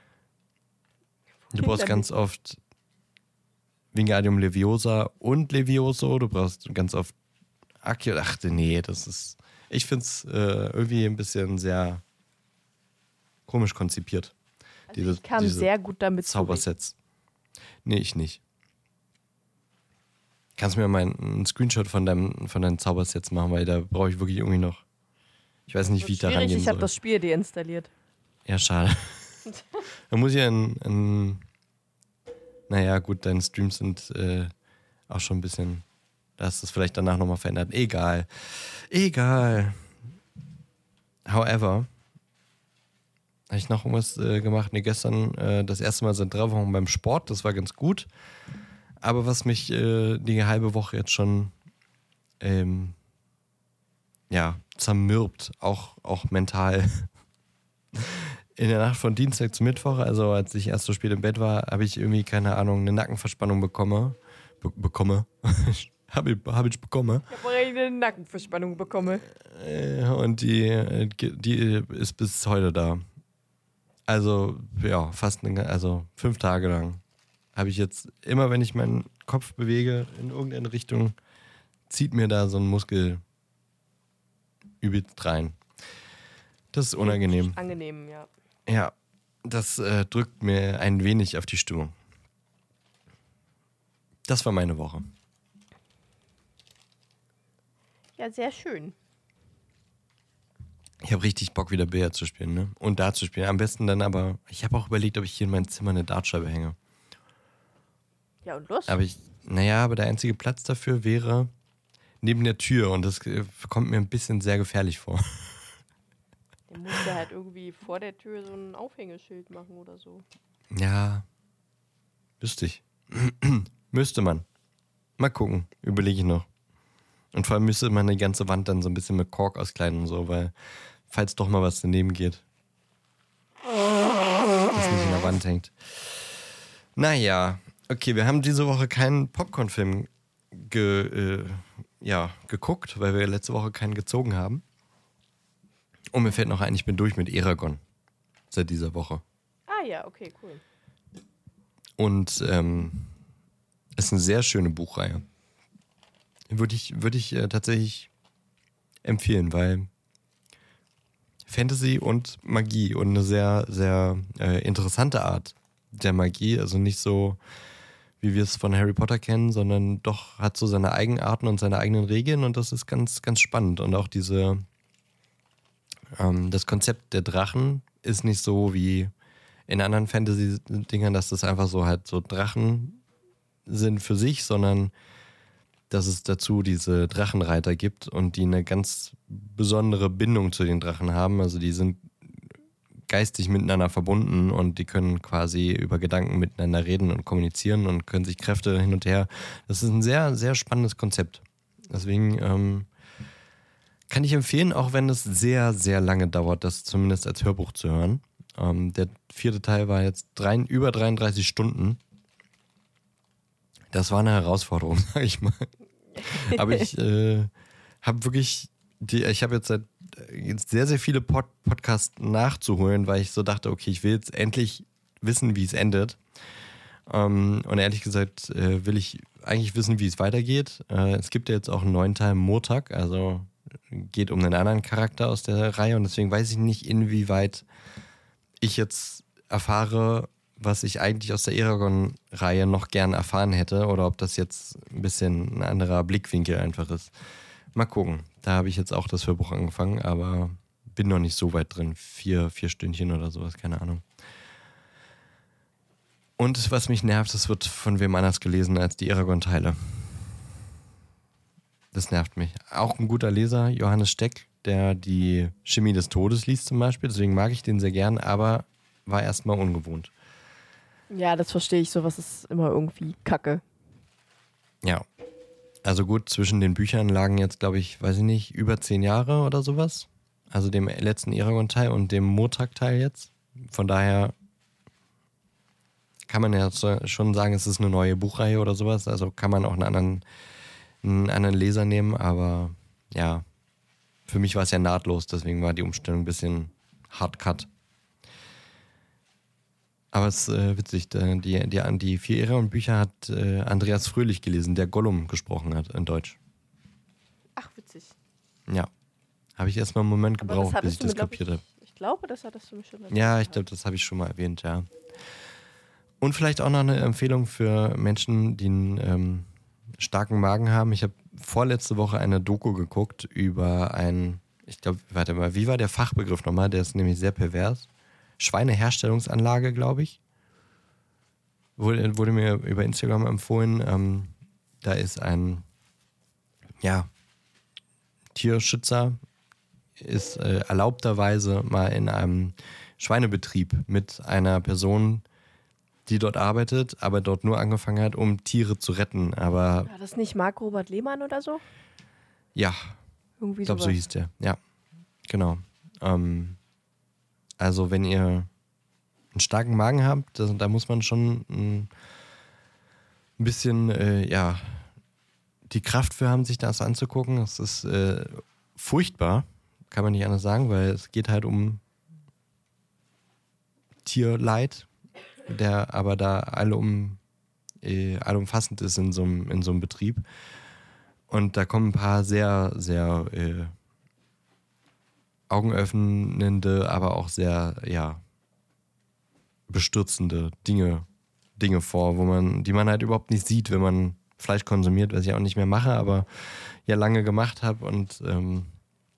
Du brauchst damit? Ganz oft Wingardium Leviosa und Levioso, du brauchst ganz oft Accio. Ach nee, das ist, ich finde es äh, irgendwie ein bisschen sehr komisch konzipiert. Also diese, ich kam diese sehr gut damit Zaubersets. Nee, ich nicht. Kannst du mir mal einen Screenshot von deinem, von deinen Zaubersets machen, weil da brauche ich wirklich irgendwie noch. Ich weiß nicht, wie ich da rangehen soll. Ich habe das Spiel deinstalliert. Ja, schade. Da muss ich ja ein, ein. Naja, gut, deine Streams sind äh, auch schon ein bisschen. Da hast du es vielleicht danach nochmal verändert. Egal. Egal. However. Habe ich noch irgendwas äh, gemacht? Ne, gestern äh, das erste Mal seit drei Wochen beim Sport. Das war ganz gut. Aber was mich äh, die halbe Woche jetzt schon ähm, ja, zermürbt, auch, auch mental. In der Nacht von Dienstag zu Mittwoch, also als ich erst so spät im Bett war, habe ich irgendwie, keine Ahnung, eine Nackenverspannung bekommen. Be- bekomme. habe ich, hab ich bekommen. Ich habe eine Nackenverspannung bekommen. Äh, und die, die ist bis heute da. Also, ja, fast eine, also fünf Tage lang. Habe ich jetzt, immer wenn ich meinen Kopf bewege in irgendeine Richtung, zieht mir da so ein Muskel übelst rein. Das ist unangenehm. Angenehm, ja. Ja, das äh, drückt mir ein wenig auf die Stimmung. Das war meine Woche. Ja, sehr schön. Ich habe richtig Bock, wieder Billard zu spielen, ne? Und Dart zu spielen. Am besten dann aber, ich habe auch überlegt, ob ich hier in meinem Zimmer eine Dartscheibe hänge. Ja, und los? Aber ich, naja, aber der einzige Platz dafür wäre neben der Tür und das äh, kommt mir ein bisschen sehr gefährlich vor. Der muss ja halt irgendwie vor der Tür so ein Aufhängeschild machen oder so. Ja, wüsste ich. Müsste man. Mal gucken, überlege ich noch. Und vor allem müsste man die ganze Wand dann so ein bisschen mit Kork auskleiden und so, weil falls doch mal was daneben geht, das nicht in der Wand hängt. Naja, okay, wir haben diese Woche keinen Popcorn-Film ge, äh, ja, geguckt, weil wir letzte Woche keinen gezogen haben. Und mir fällt noch ein, ich bin durch mit Eragon seit dieser Woche. Ah ja, okay, cool. Und ähm, ist eine sehr schöne Buchreihe. Würde ich, würde ich äh, tatsächlich empfehlen, weil Fantasy und Magie und eine sehr, sehr äh, interessante Art der Magie, also nicht so, wie wir es von Harry Potter kennen, sondern doch hat so seine Eigenarten und seine eigenen Regeln und das ist ganz, ganz spannend. Und auch diese, ähm, das Konzept der Drachen ist nicht so wie in anderen Fantasy-Dingern, dass das einfach so halt so Drachen sind für sich, sondern dass es dazu diese Drachenreiter gibt und die eine ganz besondere Bindung zu den Drachen haben. Also die sind geistig miteinander verbunden und die können quasi über Gedanken miteinander reden und kommunizieren und können sich Kräfte hin und her. Das ist ein sehr, sehr spannendes Konzept. Deswegen ähm, kann ich empfehlen, auch wenn es sehr, sehr lange dauert, das zumindest als Hörbuch zu hören. Ähm, der vierte Teil war jetzt drei, über dreiunddreißig Stunden. Das war eine Herausforderung, sag ich mal. Aber ich äh, habe wirklich, die, ich habe jetzt seit jetzt sehr, sehr viele Pod- Podcasts nachzuholen, weil ich so dachte, okay, ich will jetzt endlich wissen, wie es endet. Ähm, und ehrlich gesagt äh, will ich eigentlich wissen, wie es weitergeht. Äh, es gibt ja jetzt auch einen neuen Teil Murtag, also geht um einen anderen Charakter aus der Reihe und deswegen weiß ich nicht, inwieweit ich jetzt erfahre, was ich eigentlich aus der Eragon-Reihe noch gern erfahren hätte oder ob das jetzt ein bisschen ein anderer Blickwinkel einfach ist. Mal gucken. Da habe ich jetzt auch das Hörbuch angefangen, aber bin noch nicht so weit drin. Vier, vier Stündchen oder sowas, keine Ahnung. Und was mich nervt, das wird von wem anders gelesen als die Eragon-Teile. Das nervt mich. Auch ein guter Leser, Johannes Steck, der die Chemie des Todes liest zum Beispiel. Deswegen mag ich den sehr gern, aber war erstmal ungewohnt. Ja, das verstehe ich. Sowas ist immer irgendwie Kacke. Ja. Also gut, zwischen den Büchern lagen jetzt, glaube ich, weiß ich nicht, über zehn Jahre oder sowas. Also dem letzten Eragon-Teil und dem Murtag-Teil jetzt. Von daher kann man ja schon sagen, es ist eine neue Buchreihe oder sowas. Also kann man auch einen anderen, einen anderen Leser nehmen. Aber ja, für mich war es ja nahtlos. Deswegen war die Umstellung ein bisschen hard-cut. Aber es ist äh, witzig, die, die, die, die vier Eragon-Bücher hat äh, Andreas Fröhlich gelesen, der Gollum gesprochen hat in Deutsch. Ach, witzig. Ja. Habe ich erstmal einen Moment Aber gebraucht, das bis ich das mir, glaub kapiert habe. Ich, ich glaube, das hattest du mir schon erzählt. Ja, ich glaube, das habe ich schon mal erwähnt, ja. Und vielleicht auch noch eine Empfehlung für Menschen, die einen ähm, starken Magen haben. Ich habe vorletzte Woche eine Doku geguckt über ein, ich glaube, warte mal, wie war der Fachbegriff nochmal? Der ist nämlich sehr pervers. Schweineherstellungsanlage, glaube ich. Wurde, wurde mir über Instagram empfohlen. Ähm, da ist ein, ja, Tierschützer, ist äh, erlaubterweise mal in einem Schweinebetrieb mit einer Person, die dort arbeitet, aber dort nur angefangen hat, um Tiere zu retten. Aber war das nicht Marc-Robert Lehmann oder so? Ja, Irgendwie ich glaube, so sowas. hieß der. Ja, genau. Ähm, also wenn ihr einen starken Magen habt, das, da muss man schon ein, ein bisschen, äh, ja, die Kraft für haben, sich das anzugucken. Es ist äh, furchtbar, kann man nicht anders sagen, weil es geht halt um Tierleid, der aber da alle um, äh, allumfassend ist in so einem in so einem Betrieb. Und da kommen ein paar sehr, sehr äh, augenöffnende, aber auch sehr, ja, bestürzende Dinge, Dinge vor, wo man, die man halt überhaupt nicht sieht, wenn man Fleisch konsumiert, was ich auch nicht mehr mache, aber ja lange gemacht habe und ähm,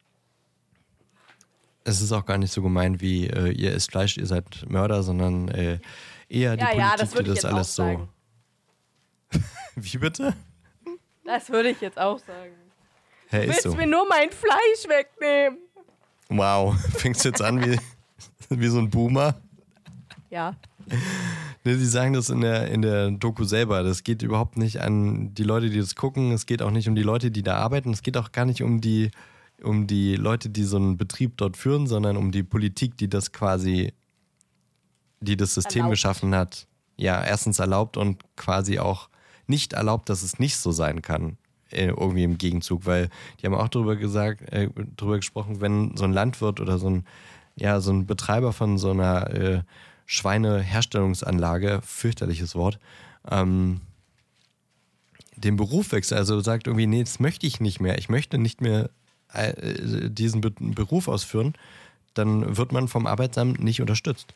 es ist auch gar nicht so gemeint wie äh, ihr isst Fleisch, ihr seid Mörder, sondern äh, eher die Ja, ja, Politik, das die würde ich das jetzt alles auch so sagen. Wie bitte? Das würde ich jetzt auch sagen. Hä, Du ist willst so. mir nur mein Fleisch wegnehmen. Wow, fängst du jetzt an wie, wie so ein Boomer? Ja. Ne, sie sagen das in der, in der Doku selber. Das geht überhaupt nicht an die Leute, die das gucken. Es geht auch nicht um die Leute, die da arbeiten. Es geht auch gar nicht um die, um die Leute, die so einen Betrieb dort führen, sondern um die Politik, die das quasi, die das System Erlaubt. geschaffen hat. Ja, erstens erlaubt und quasi auch nicht erlaubt, dass es nicht so sein kann. Äh, irgendwie im Gegenzug, weil die haben auch darüber gesagt, äh, darüber gesprochen, wenn so ein Landwirt oder so ein, ja, so ein Betreiber von so einer äh, Schweineherstellungsanlage, fürchterliches Wort, ähm, den Beruf wechselt, also sagt irgendwie, nee, das möchte ich nicht mehr, ich möchte nicht mehr äh, diesen Be- Beruf ausführen, dann wird man vom Arbeitsamt nicht unterstützt.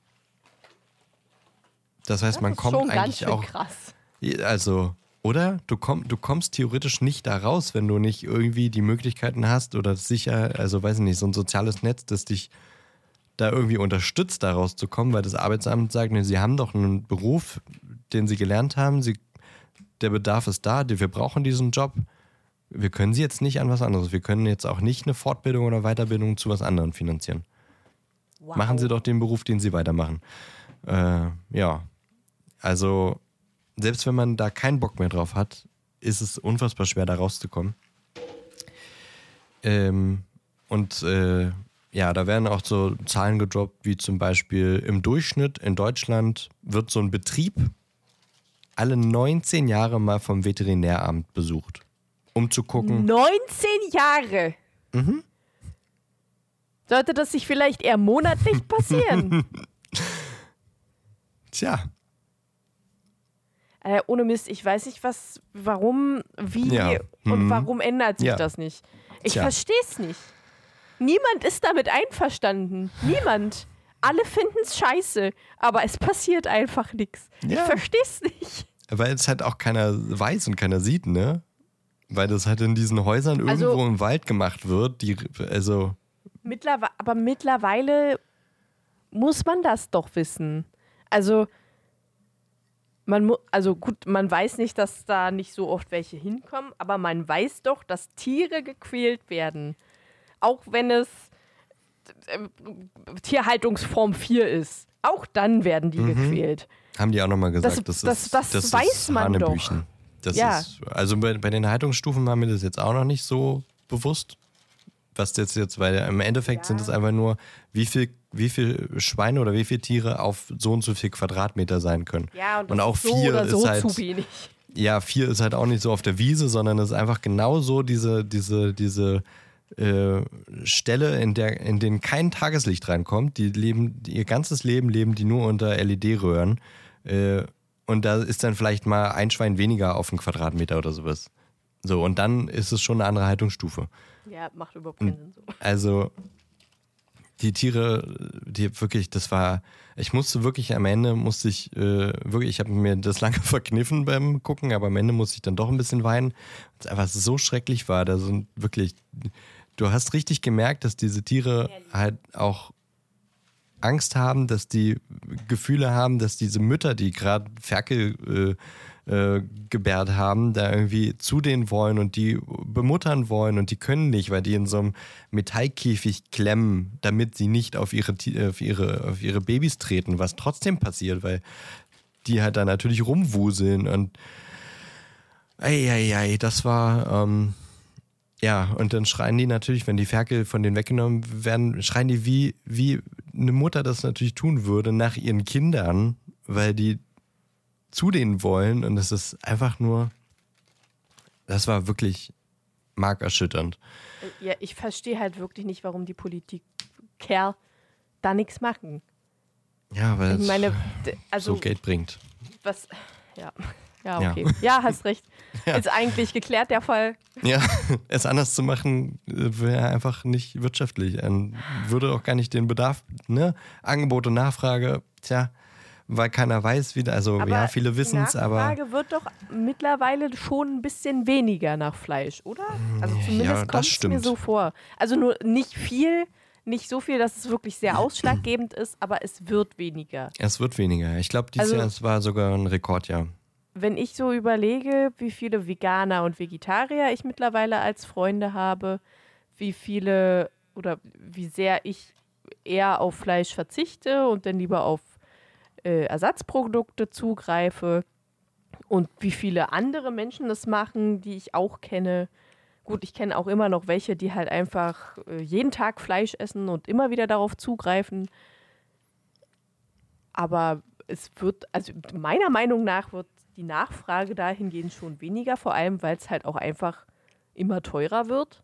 Das heißt, Das man ist kommt schon ganz eigentlich schön auch, krass. also, oder? Du, komm, du kommst theoretisch nicht da raus, wenn du nicht irgendwie die Möglichkeiten hast oder sicher, also weiß ich nicht, so ein soziales Netz, das dich da irgendwie unterstützt, da rauszukommen, weil das Arbeitsamt sagt, nee, sie haben doch einen Beruf, den sie gelernt haben, sie, der Bedarf ist da, wir brauchen diesen Job, wir können sie jetzt nicht an was anderes, wir können jetzt auch nicht eine Fortbildung oder Weiterbildung zu was anderem finanzieren. Wow. Machen sie doch den Beruf, den sie weitermachen. Äh, ja, also selbst wenn man da keinen Bock mehr drauf hat, ist es unfassbar schwer, da rauszukommen. Ähm, und äh, ja, da werden auch so Zahlen gedroppt, wie zum Beispiel im Durchschnitt in Deutschland wird so ein Betrieb alle neunzehn Jahre mal vom Veterinäramt besucht, um zu gucken. neunzehn Jahre. Mhm. Sollte das sich vielleicht eher monatlich passieren? Tja, Äh, ohne Mist, ich weiß nicht, was, warum, wie Ja. und Hm. warum ändert sich Ja. das nicht. Ich Tja. verstehe es nicht. Niemand ist damit einverstanden. Niemand. Alle finden es scheiße, aber es passiert einfach nichts. Ich Ja. verstehe es nicht. weil es halt auch keiner weiß und keiner sieht, ne? Weil das halt in diesen Häusern irgendwo Also- im Wald gemacht wird, die, also, Mittlerwe aber mittlerweile muss man das doch wissen. Also, man mu also gut, man weiß nicht, dass da nicht so oft welche hinkommen, aber man weiß doch, dass Tiere gequält werden. Auch wenn es äh, Tierhaltungsform vier ist. Auch dann werden die gequält. haben die auch nochmal gesagt, Das- das, das- ist, das das weiß ist man doch. Hanebüchen. Das Ja. ist, also bei, bei den Haltungsstufen war mir das jetzt auch noch nicht so bewusst, was jetzt jetzt, weil im Endeffekt Ja. sind es einfach nur, wie viel, wie viel Schweine oder wie viele Tiere auf so und so viel Quadratmeter sein können. Ja, und, Und das auch ist so vier oder so ist halt, zu wenig. ja, vier ist halt auch nicht so auf der Wiese, sondern es ist einfach genau so diese, diese, diese äh, Stelle, in der, in denen kein Tageslicht reinkommt. Die leben, ihr ganzes Leben leben die nur unter L E D-Röhren. Äh, und da ist dann vielleicht mal ein Schwein weniger auf einen Quadratmeter oder sowas. So, und dann ist es schon eine andere Haltungsstufe. Ja, macht überhaupt keinen Sinn so. Also die Tiere, die wirklich, das war, ich musste wirklich am Ende, musste ich äh, wirklich, ich habe mir das lange verkniffen beim Gucken, aber am Ende musste ich dann doch ein bisschen weinen, weil es einfach so schrecklich war. Da sind wirklich, du hast richtig gemerkt, dass diese Tiere halt auch Angst haben, dass die Gefühle haben, dass diese Mütter, die gerade Ferkel äh, äh, gebärt haben, da irgendwie zu denen wollen und die bemuttern wollen und die können nicht, weil die in so einem Metallkäfig klemmen, damit sie nicht auf ihre, auf ihre, auf ihre Babys treten, was trotzdem passiert, weil die halt da natürlich rumwuseln und eieiei, das war ähm, ja, und dann schreien die natürlich, wenn die Ferkel von denen weggenommen werden, schreien die wie, wie eine Mutter das natürlich tun würde nach ihren Kindern, weil die zu denen wollen und es ist einfach nur, das war wirklich markerschütternd. Ja, ich verstehe halt wirklich nicht, warum die Politiker da nichts machen. Ja, weil Ich es meine, d- also so Geld bringt. was, ja, ja, Ja. okay. Ja, hast recht. Ist eigentlich geklärt, der Fall. Ja, es anders zu machen, wäre einfach nicht wirtschaftlich. Und würde auch gar nicht den Bedarf, ne? Angebot und Nachfrage, tja, weil keiner weiß, wie, also Aber ja, viele wissen es, die aber Nachfrage wird doch mittlerweile schon ein bisschen weniger nach Fleisch, oder? Also zumindest Ja, das kommt es mir stimmt. so vor. Also nur nicht viel, nicht so viel, dass es wirklich sehr ausschlaggebend ist, aber es wird weniger. es wird weniger. Ich glaube, dieses Also- Jahr es war sogar ein Rekordjahr. wenn ich so überlege, wie viele Veganer und Vegetarier ich mittlerweile als Freunde habe, wie viele oder wie sehr ich eher auf Fleisch verzichte und dann lieber auf äh, Ersatzprodukte zugreife und wie viele andere Menschen das machen, die ich auch kenne. Gut, ich kenne auch immer noch welche, die halt einfach äh, jeden Tag Fleisch essen und immer wieder darauf zugreifen. Aber es wird, also meiner Meinung nach wird die Nachfrage dahingehend schon weniger, vor allem, weil es halt auch einfach immer teurer wird.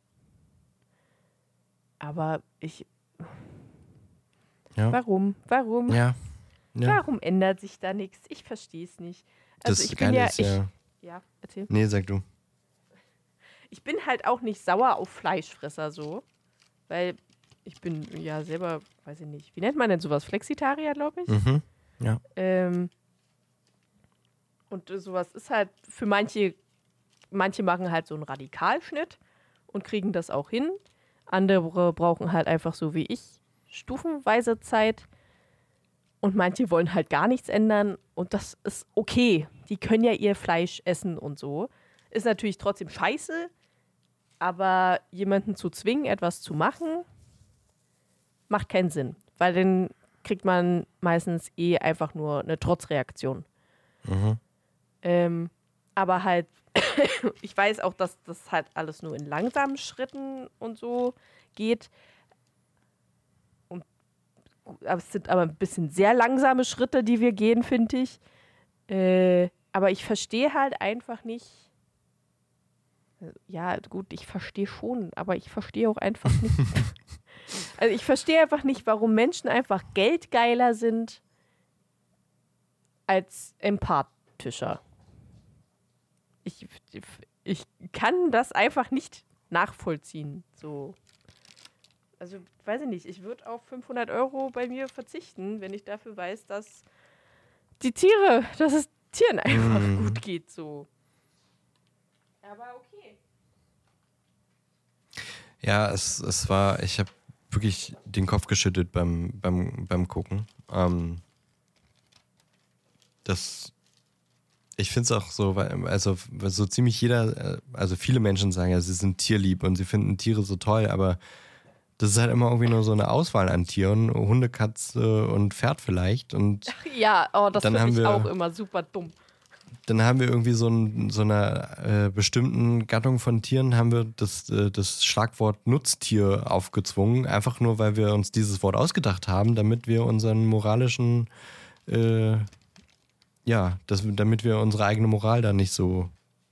Aber ich... Ja. Warum? Warum? Ja. ja. Warum ändert sich da nichts? Ich verstehe es nicht. Also Das ich bin Geile ja, ist ich, ja... ja, erzähl. Nee, sag du. Ich bin halt auch nicht sauer auf Fleischfresser so, weil ich bin ja selber, weiß ich nicht, wie nennt man denn sowas? Flexitarier, glaube ich. Mhm. Ja. Ähm, und äh, sowas ist halt für manche, manche machen halt so einen Radikalschnitt und kriegen das auch hin. Andere brauchen halt einfach so wie ich stufenweise Zeit und manche wollen halt gar nichts ändern und das ist okay. Die können ja ihr Fleisch essen und so. Ist natürlich trotzdem scheiße, aber jemanden zu zwingen, etwas zu machen, macht keinen Sinn, weil dann kriegt man meistens eh einfach nur eine Trotzreaktion. Mhm. Ähm, aber halt, ich weiß auch, dass das halt alles nur in langsamen Schritten und so geht. Und, aber es sind aber ein bisschen sehr langsame Schritte, die wir gehen, finde ich. Äh, aber ich verstehe halt einfach nicht. Ja, gut, ich verstehe schon, aber ich verstehe auch einfach nicht. Also ich verstehe einfach nicht, warum Menschen einfach geldgeiler sind als empathischer. Ich, ich kann das einfach nicht nachvollziehen. So. Also, weiß ich nicht, ich würde auf fünfhundert Euro bei mir verzichten, wenn ich dafür weiß, dass die Tiere, dass es Tieren einfach Mm. gut geht. So. Aber okay. Ja, es, es war, ich habe wirklich den Kopf geschüttelt beim, beim, beim Gucken. Ähm, das, ich finde es auch so, weil, also so ziemlich jeder, also viele Menschen sagen ja, sie sind tierlieb und sie finden Tiere so toll, aber das ist halt immer irgendwie nur so eine Auswahl an Tieren, Hunde, Katze und Pferd vielleicht. Und Ja, oh, das Dann finde haben ich wir- auch immer super dumm. dann haben wir irgendwie so, ein, so einer äh, bestimmten Gattung von Tieren haben wir das, äh, das Schlagwort Nutztier aufgezwungen, einfach nur, weil wir uns dieses Wort ausgedacht haben, damit wir unseren moralischen, äh, ja, das, damit wir unsere eigene Moral da nicht so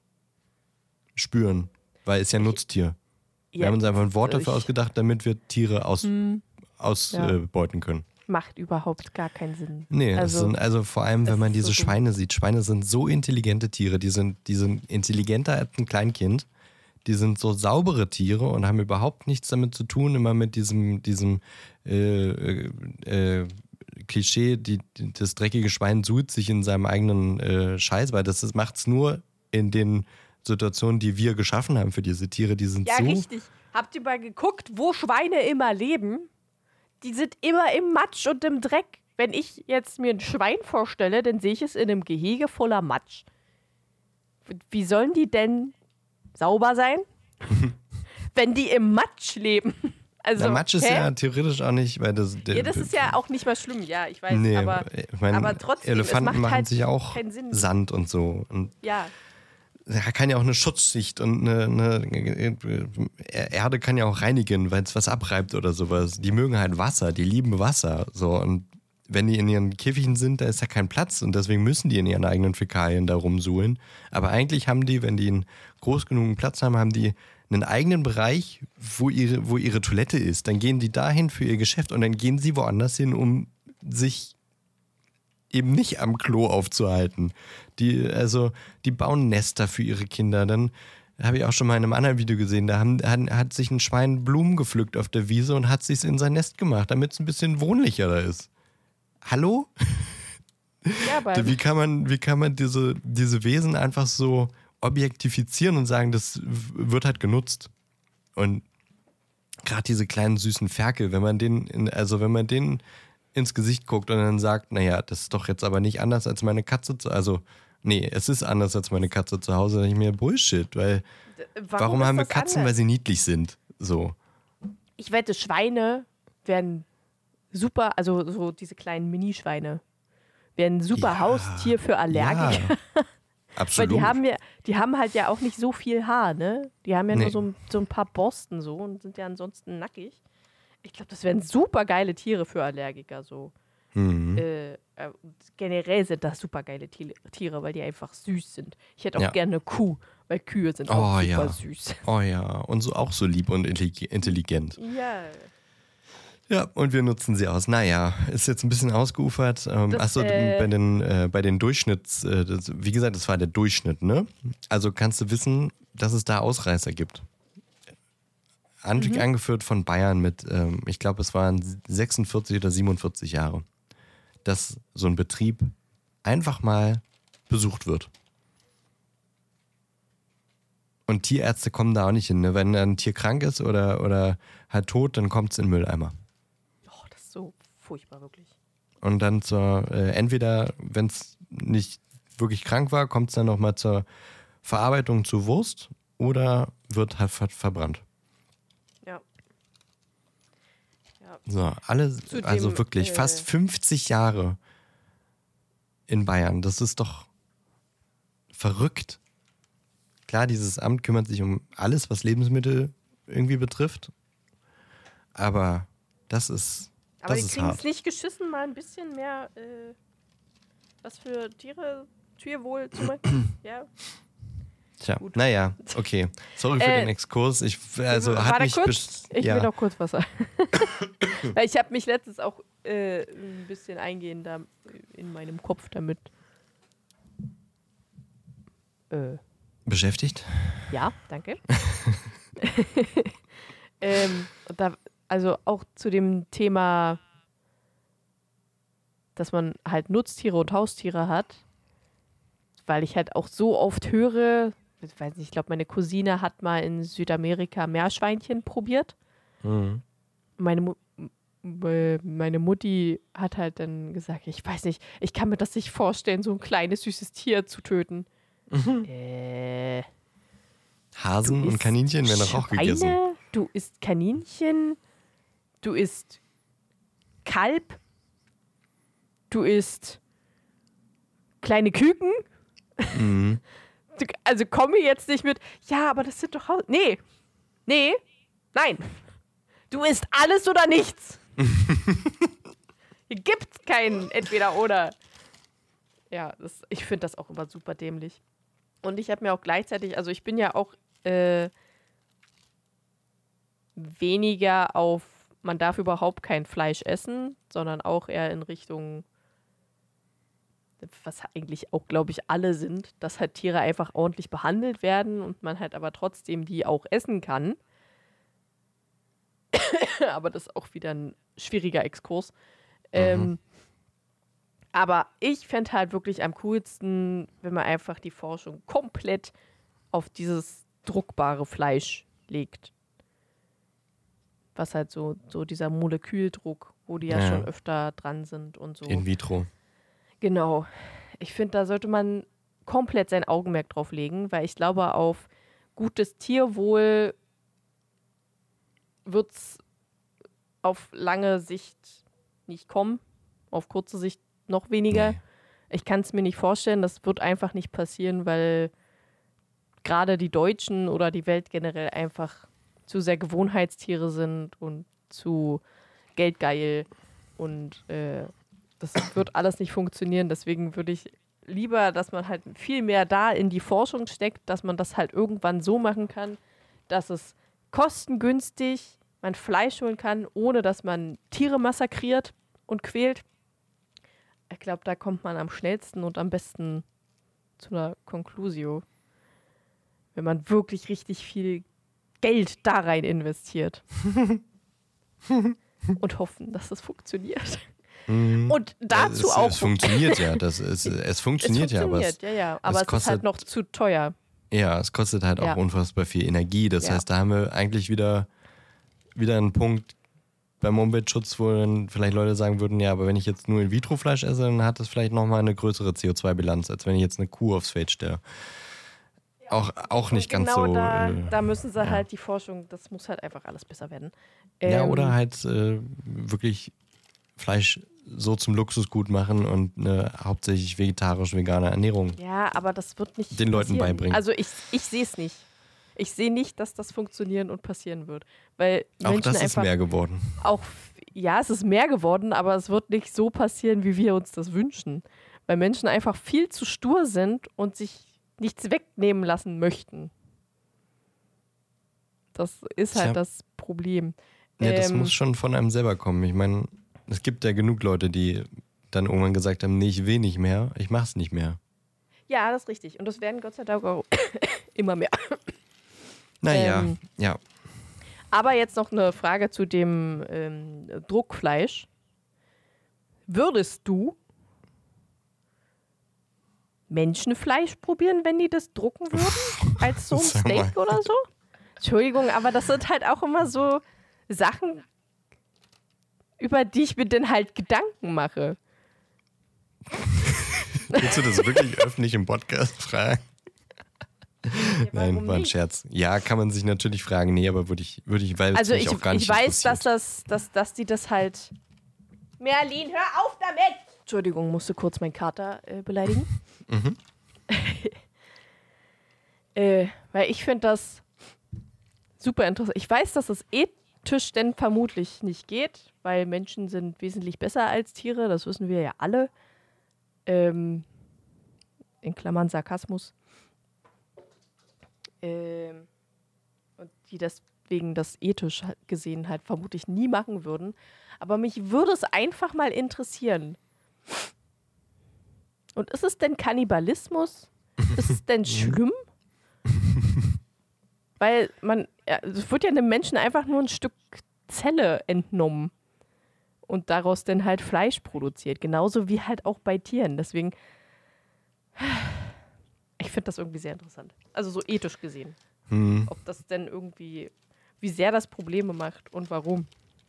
spüren, weil es ja ein Nutztier. Wir Ja, haben uns einfach ein Wort dafür ich- ausgedacht, damit wir Tiere aus, Hm, ausbeuten Ja. können. macht überhaupt gar keinen Sinn. Nee, Also, es sind, also vor allem, wenn es man ist diese so dumm. Schweine sieht. Schweine sind so intelligente Tiere, die sind, die sind intelligenter als ein Kleinkind. Die sind so saubere Tiere und haben überhaupt nichts damit zu tun, immer mit diesem, diesem äh, äh, äh, Klischee, die, die, das dreckige Schwein sucht sich in seinem eigenen äh, Scheiß, weil das, das macht es nur in den Situationen, die wir geschaffen haben für diese Tiere. Die sind Ja, so. richtig. Habt ihr mal geguckt, wo Schweine immer leben? Die sind immer im Matsch und im Dreck. Wenn ich jetzt mir ein Schwein vorstelle, dann sehe ich es in einem Gehege voller Matsch. Wie sollen die denn sauber sein, wenn die im Matsch leben? Also, Der Matsch ist hä? ja theoretisch auch nicht, weil das. Der, Ja, das ist ja auch nicht mal schlimm, ja, ich weiß, Nee, aber, ich meine, aber trotzdem, es Elefanten macht machen halt sich auch keinen Sinn. Sand und so. Und Ja, da kann ja auch eine Schutzschicht und eine, eine Erde kann ja auch reinigen, weil es was abreibt oder sowas. Die mögen halt Wasser, die lieben Wasser. So. Und wenn die in ihren Käfigen sind, da ist ja kein Platz und deswegen müssen die in ihren eigenen Fäkalien da rumsuhlen. Aber eigentlich haben die, wenn die einen groß genugen Platz haben, haben die einen eigenen Bereich, wo ihre, wo ihre Toilette ist. Dann gehen die dahin für ihr Geschäft und dann gehen sie woanders hin, um sich eben nicht am Klo aufzuhalten. Die, also, die bauen Nester für ihre Kinder. Dann habe ich auch schon mal in einem anderen Video gesehen, da haben, hat, hat sich ein Schwein Blumen gepflückt auf der Wiese und hat sich's in sein Nest gemacht, damit es ein bisschen wohnlicher da ist. Hallo? ja, aber Wie kann man, wie kann man diese, diese Wesen einfach so objektifizieren und sagen, das wird halt genutzt? Und gerade diese kleinen süßen Ferkel, wenn man den, in, also wenn man denen ins Gesicht guckt und dann sagt, naja, das ist doch jetzt aber nicht anders als meine Katze, zu, also Nee, es ist anders als meine Katze zu Hause. Da denke ich mir, Bullshit, weil Warum, warum ist haben wir das Katzen, anders? weil sie niedlich sind? So. Ich wette, Schweine werden super, also so diese kleinen Minischweine, werden ein super Ja, Haustier für Allergiker. Ja, Weil absolut. die haben ja, die haben halt ja auch nicht so viel Haar, ne? Die haben ja Nee. nur so, ein- so ein paar Borsten so und sind ja ansonsten nackig. Ich glaube, das wären super geile Tiere für Allergiker so. Mhm. Äh, äh, und generell sind das super geile Tiere, weil die einfach süß sind. Ich hätte auch Ja. gerne eine Kuh, weil Kühe sind auch Oh, super ja. süß. Oh ja, und so auch so lieb und intelli- intelligent. Ja. Ja, und wir nutzen sie aus. Naja, ist jetzt ein bisschen ausgeufert. Ähm, Das, achso, äh, bei den, äh, bei den Durchschnitts, äh, das, wie gesagt, das war der Durchschnitt, ne? Also kannst du wissen, dass es da Ausreißer gibt. An, Mhm. Angeführt von Bayern mit, ähm, ich glaube, es waren sechsundvierzig oder siebenundvierzig Jahre, dass so ein Betrieb einfach mal besucht wird. Und Tierärzte kommen da auch nicht hin. Ne? Wenn ein Tier krank ist oder, oder halt tot, dann kommt es in den Mülleimer. Oh, das ist so furchtbar, wirklich. Und dann zur, äh, entweder, wenn es nicht wirklich krank war, kommt es dann nochmal zur Verarbeitung zu Wurst oder wird halt ver verbrannt. Ja. Ja. So, alle, Zu also dem, wirklich äh, fast fünfzig Jahre in Bayern. Das ist doch verrückt. Klar, dieses Amt kümmert sich um alles, was Lebensmittel irgendwie betrifft. Aber das ist, Aber das die ist kriegen es hart. nicht geschissen, mal ein bisschen mehr äh, was für Tiere, Tierwohl zu machen. Ja. Tja, Gut. naja, okay. Sorry für Äh, den Exkurs. Ich, also War hat der mich kurz? bes- Ich ja. will noch kurz was sagen. Weil ich habe mich letztens auch äh, ein bisschen eingehender in meinem Kopf damit. Äh, beschäftigt. ja, danke. ähm, und da, also auch zu dem Thema, dass man halt Nutztiere und Haustiere hat, weil ich halt auch so oft höre, ich weiß nicht, ich glaube, meine Cousine hat mal in Südamerika Meerschweinchen probiert. Mhm. Meine, Mu äh, meine Mutti hat halt dann gesagt, ich weiß nicht, ich kann mir das nicht vorstellen, so ein kleines, süßes Tier zu töten. Mhm. Äh, Hasen du und isst Kaninchen werden doch auch Schweine, gegessen. du isst Kaninchen, du isst Kalb, du isst kleine Küken. Mhm. Du, also komm mir jetzt nicht mit, ja, aber das sind doch Haus... Nee, nee, nein. Du isst alles oder nichts. Hier gibt's kein Entweder-Oder. Ja, das, ich finde das auch immer super dämlich. Und ich habe mir auch gleichzeitig, also ich bin ja auch äh, weniger auf, man darf überhaupt kein Fleisch essen, sondern auch eher in Richtung, was eigentlich auch, glaube ich, alle sind, dass halt Tiere einfach ordentlich behandelt werden und man halt aber trotzdem die auch essen kann. Aber das ist auch wieder ein schwieriger Exkurs. Ähm, aber ich fände halt wirklich am coolsten, wenn man einfach die Forschung komplett auf dieses druckbare Fleisch legt. Was halt so, so dieser Moleküldruck, wo die ja, Ja. schon öfter dran sind und so. In vitro. Genau. Ich finde, da sollte man komplett sein Augenmerk drauf legen, weil ich glaube, auf gutes Tierwohl wird es auf lange Sicht nicht kommen, auf kurze Sicht noch weniger. Nee. Ich kann es mir nicht vorstellen, das wird einfach nicht passieren, weil gerade die Deutschen oder die Welt generell einfach zu sehr Gewohnheitstiere sind und zu geldgeil und äh, das wird alles nicht funktionieren. Deswegen würde ich lieber, dass man halt viel mehr da in die Forschung steckt, dass man das halt irgendwann so machen kann, dass es kostengünstig man Fleisch holen kann, ohne dass man Tiere massakriert und quält. Ich glaube, da kommt man am schnellsten und am besten zu einer Conclusio. Wenn man wirklich richtig viel Geld da rein investiert. Und hoffen, dass es funktioniert. Mhm. Und dazu es, auch. Es funktioniert ja. Das ist, es funktioniert, es ja, aber es, funktioniert, ja, ja. Aber es, kostet- ist halt noch zu teuer. ja, es kostet halt auch Ja. unfassbar viel Energie. Das Ja. heißt, da haben wir eigentlich wieder, wieder einen Punkt, beim Umweltschutz, wo dann vielleicht Leute sagen würden, ja, aber wenn ich jetzt nur In-vitro-Fleisch esse, dann hat das vielleicht nochmal eine größere C O zwei Bilanz, als wenn ich jetzt eine Kuh aufs Feld stelle. Auch, auch nicht ganz genau so. Da, äh, da müssen sie ja. halt die Forschung, das muss halt einfach alles besser werden. Ja, Ähm, oder halt äh, wirklich Fleisch so zum Luxusgut machen und eine hauptsächlich vegetarisch-vegane Ernährung Ja, aber das wird nicht den Leuten passieren. beibringen. Also ich, ich sehe es nicht. Ich sehe nicht, dass das funktionieren und passieren wird. Weil Auch Menschen das ist einfach mehr geworden. auch, ja, es ist mehr geworden, aber es wird nicht so passieren, wie wir uns das wünschen. Weil Menschen einfach viel zu stur sind und sich nichts wegnehmen lassen möchten. Das ist halt Tja. das Problem. Ja, das Ähm, muss schon von einem selber kommen. Ich meine, es gibt ja genug Leute, die dann irgendwann gesagt haben, nee, ich will nicht mehr, ich mach's nicht mehr. Ja, das ist richtig. Und das werden Gott sei Dank auch immer mehr. Naja, Ähm, ja. Aber jetzt noch eine Frage zu dem ähm, Druckfleisch. Würdest du Menschenfleisch probieren, wenn die das drucken würden? Als so ein Sag mal. Steak oder so? Entschuldigung, aber das sind halt auch immer so Sachen, über die ich mir dann halt Gedanken mache. Willst du das wirklich öffentlich im Podcast fragen? Nein, warum war ein nicht? Scherz. Ja, kann man sich natürlich fragen. Nee, aber würde ich, würde ich, weil es Also mich ich, auch gar nicht ich weiß, dass, interessiert. das, dass, dass die das halt... Merlin, hör auf damit! Entschuldigung, musste kurz meinen Kater äh, beleidigen. Mhm. äh, weil ich finde das super interessant. Ich weiß, dass es ethisch denn vermutlich nicht geht, weil Menschen sind wesentlich besser als Tiere, das wissen wir ja alle. Ähm, in Klammern Sarkasmus. Ähm, und die deswegen das ethisch halt gesehen halt vermutlich nie machen würden. Aber mich würde es einfach mal interessieren. Und ist es denn Kannibalismus? Ist es denn schlimm? Weil man, ja, es wird ja einem Menschen einfach nur ein Stück Zelle entnommen und daraus dann halt Fleisch produziert. Genauso wie halt auch bei Tieren. Deswegen, ich finde das irgendwie sehr interessant. Also so ethisch gesehen. Hm. Ob das denn irgendwie, wie sehr das Probleme macht und warum.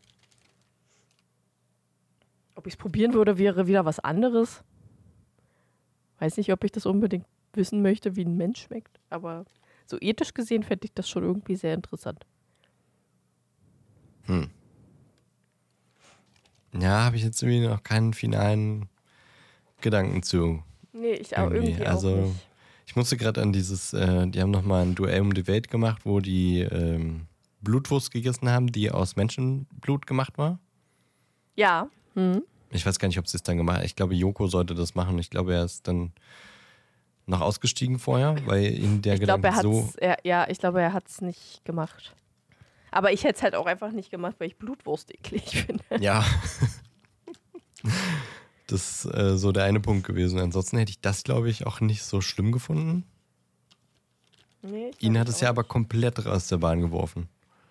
Ob ich es probieren würde, wäre wieder was anderes. Weiß nicht, ob ich das unbedingt wissen möchte, wie ein Mensch schmeckt, aber so ethisch gesehen fände ich das schon irgendwie sehr interessant. Hm. Ja, habe ich jetzt irgendwie noch keinen finalen Gedanken zu. Nee, ich auch Irgendwie. irgendwie Also, auch nicht. Ich musste gerade an dieses, äh, die haben nochmal ein Duell um die Welt gemacht, wo die ähm, Blutwurst gegessen haben, die aus Menschenblut gemacht war. Ja. Hm. Ich weiß gar nicht, ob sie es dann gemacht hat. Ich glaube, Joko sollte das machen. Ich glaube, er ist dann noch ausgestiegen vorher, weil ihn der Ich glaube, Gedanke er so... hat's, er, ja, ich glaube, er hat es nicht gemacht. Aber ich hätte es halt auch einfach nicht gemacht, weil ich Blutwurst eklig finde. Ja. Das ist äh, so der eine Punkt gewesen. Ansonsten hätte ich das, glaube ich, auch nicht so schlimm gefunden. Nee, ich Ihn glaub hat ich es ja auch aber komplett aus der Bahn geworfen.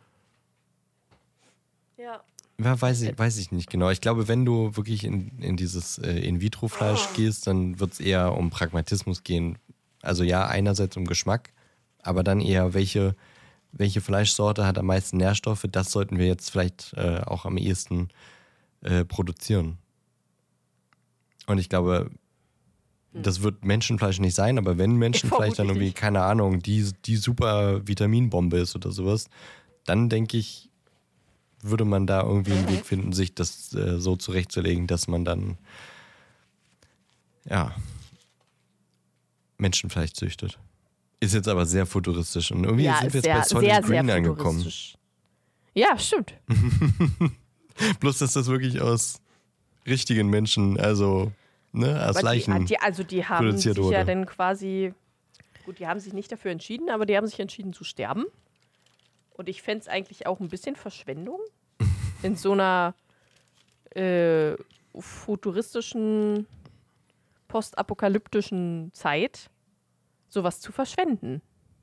nicht. Ja. Ja, weiß ich, weiß ich nicht genau. Ich glaube, wenn du wirklich in, in dieses äh, In-vitro-Fleisch gehst, dann wird es eher um Pragmatismus gehen. Also ja, einerseits um Geschmack, aber dann eher, welche, welche Fleischsorte hat am meisten Nährstoffe, das sollten wir jetzt vielleicht äh, auch am ehesten äh, produzieren. Und ich glaube, das wird Menschenfleisch nicht sein, aber wenn Menschenfleisch dann irgendwie, nicht. keine Ahnung, die, die super Vitaminbombe ist oder sowas, dann denke ich, würde man da irgendwie einen Weg finden, sich das äh, so zurechtzulegen, dass man dann ja Menschenfleisch züchtet. Ist jetzt aber sehr futuristisch und irgendwie Ja, sind wir ist jetzt bei sehr, Soylent sehr, Green sehr angekommen. futuristisch. Ja, stimmt. Bloß, dass das wirklich aus richtigen Menschen, also ne, aus Aber die, Leichen die, also die haben sich produziert wurde. ja dann quasi, gut, die haben sich nicht dafür entschieden, aber die haben sich entschieden zu sterben. Und ich fände es eigentlich auch ein bisschen Verschwendung, in so einer äh, futuristischen, postapokalyptischen Zeit sowas zu verschwenden.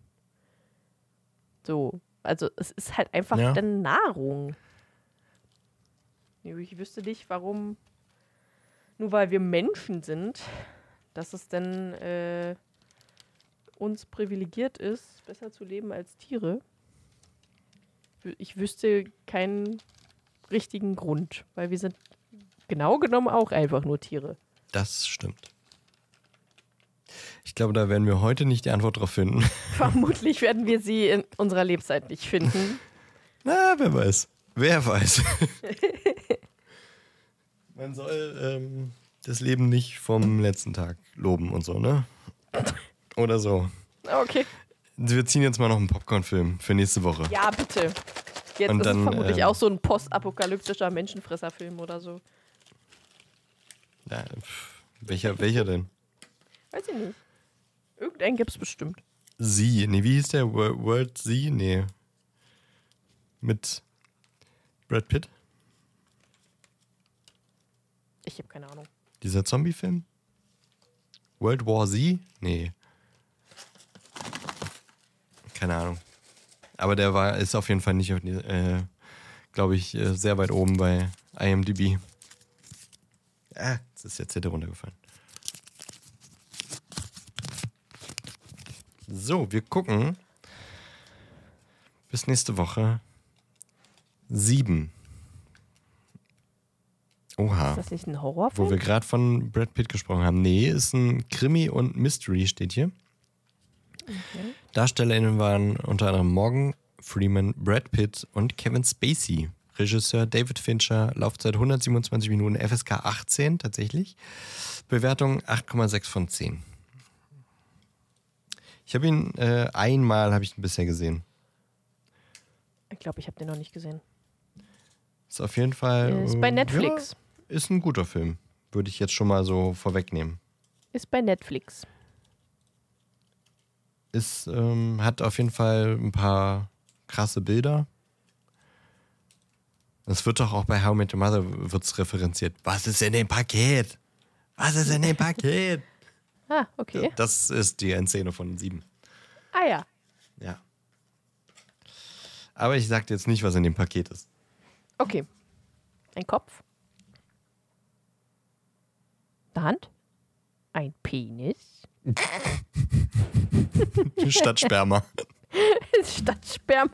So, also es ist halt einfach Ja. dann Nahrung. Ich wüsste nicht, warum, nur weil wir Menschen sind, dass es denn äh, uns privilegiert ist, besser zu leben als Tiere. Ich wüsste keinen richtigen Grund, weil wir sind genau genommen auch einfach nur Tiere. Das stimmt. Ich glaube, da werden wir heute nicht die Antwort drauf finden. Vermutlich werden wir sie in unserer Lebzeit nicht finden. Na, wer weiß. Wer weiß. Man soll ähm, das Leben nicht vom letzten Tag loben und so, ne? Oder so. Okay. Wir ziehen jetzt mal noch einen Popcorn-Film für nächste Woche. Ja, bitte. Jetzt Und ist dann, es vermutlich ähm, auch so ein postapokalyptischer Menschenfresserfilm oder so. Ja, pff, welcher, welcher denn? Weiß ich nicht. Irgendeinen gibt es bestimmt. Sie. Nee, wie hieß der? Wo- World Sie? Nee. Mit Brad Pitt? Ich habe keine Ahnung. Dieser Zombie-Film? World War Z? Nee. Keine Ahnung. Aber der war, ist auf jeden Fall nicht, äh, glaube ich, äh, sehr weit oben bei I M D B. Ah, jetzt ist der Zettel runtergefallen. So, wir gucken bis nächste Woche Sieben. Oha. Ist das nicht ein Horrorfilm? Wo wir gerade von Brad Pitt gesprochen haben. Nee, ist ein Krimi und Mystery, steht hier. Okay. DarstellerInnen waren unter anderem Morgan Freeman, Brad Pitt und Kevin Spacey. Regisseur David Fincher, Laufzeit hundertsiebenundzwanzig Minuten, F S K achtzehn tatsächlich. Bewertung acht Komma sechs von zehn. Ich habe ihn, äh, einmal habe ich ihn bisher gesehen. Ich glaube, ich habe den noch nicht gesehen. Ist auf jeden Fall... Ist bei äh, Netflix. Ja, ist ein guter Film. Würde ich jetzt schon mal so vorwegnehmen. Ist bei Netflix. Ist, ähm, hat auf jeden Fall ein paar krasse Bilder. Das wird doch auch bei How I Met Your Mother wird's referenziert. Was ist in dem Paket? Was ist in dem Paket? Ah, okay. Das ist die Endszene von Sieben. Ah ja. Ja. Aber ich sag dir jetzt nicht, was in dem Paket ist. Okay. Ein Kopf. Eine Hand. Ein Penis. Statt Sperma. Statt Sperma.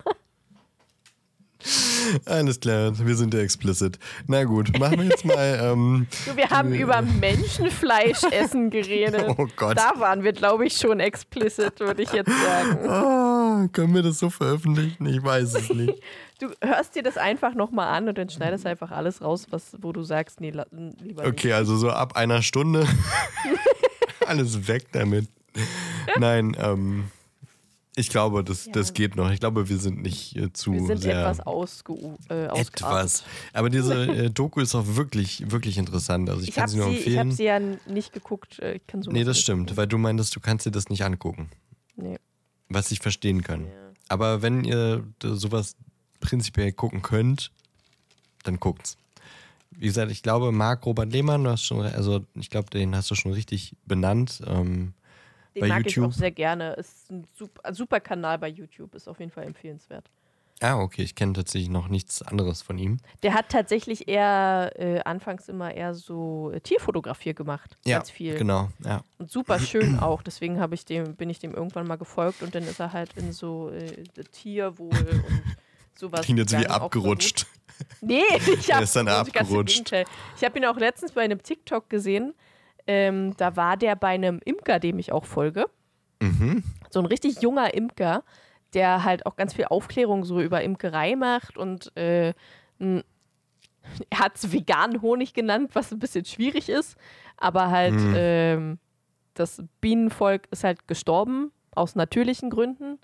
Alles klar, wir sind ja explicit. Na gut, machen wir jetzt mal. Ähm, Du, wir haben über Menschenfleischessen geredet. Oh Gott. Da waren wir, glaube ich, schon explicit, würde ich jetzt sagen. oh, können wir das so veröffentlichen? Ich weiß es nicht. Du hörst dir das einfach nochmal an und dann schneidest einfach alles raus, was, wo du sagst, nee, la- lieber nicht. Okay, also so ab einer Stunde. Alles weg damit. Nein, ähm, ich glaube, das, Ja. das geht noch. Ich glaube, wir sind nicht äh, zu Wir sind sehr... etwas ausge äh, ausgeartet. Etwas. Aber diese äh, Doku ist auch wirklich, wirklich interessant. Also ich, Ich kann habe sie nur sie, ich empfehlen. hab sie ja nicht geguckt. äh, Ich kann sowas Nee, das nicht stimmt, gucken. weil du meintest, du kannst dir das nicht angucken. Nee. Was ich verstehen kann. Ja. Aber wenn ihr d- sowas prinzipiell gucken könnt, dann guckt's. Wie gesagt, ich glaube, Marc Robert Lehmann, du hast schon, also ich glaube, den hast du schon richtig benannt. Ähm, Den bei mag YouTube. ich auch sehr gerne. Ist ein super, ein super Kanal bei YouTube, ist auf jeden Fall empfehlenswert. ah, okay, ich kenne tatsächlich noch nichts anderes von ihm. Der hat tatsächlich eher äh, anfangs immer eher so äh, Tierfotografie gemacht. Ja, Ganz viel. genau, ja. Und super schön auch. Deswegen habe ich dem, bin ich dem irgendwann mal gefolgt und dann ist er halt in so äh, Tierwohl und sowas. Klingt jetzt wie gegangen, auch abgerutscht. so. Nee, ich Er habe ist dann abgerutscht. Ich habe ihn auch letztens bei einem TikTok gesehen. Ähm, da war der bei einem Imker, dem ich auch folge. Mhm. So ein richtig junger Imker, der halt auch ganz viel Aufklärung so über Imkerei macht und äh, n- er hat es veganen Honig genannt, was ein bisschen schwierig ist, aber halt Mhm. ähm, das Bienenvolk ist halt gestorben aus natürlichen Gründen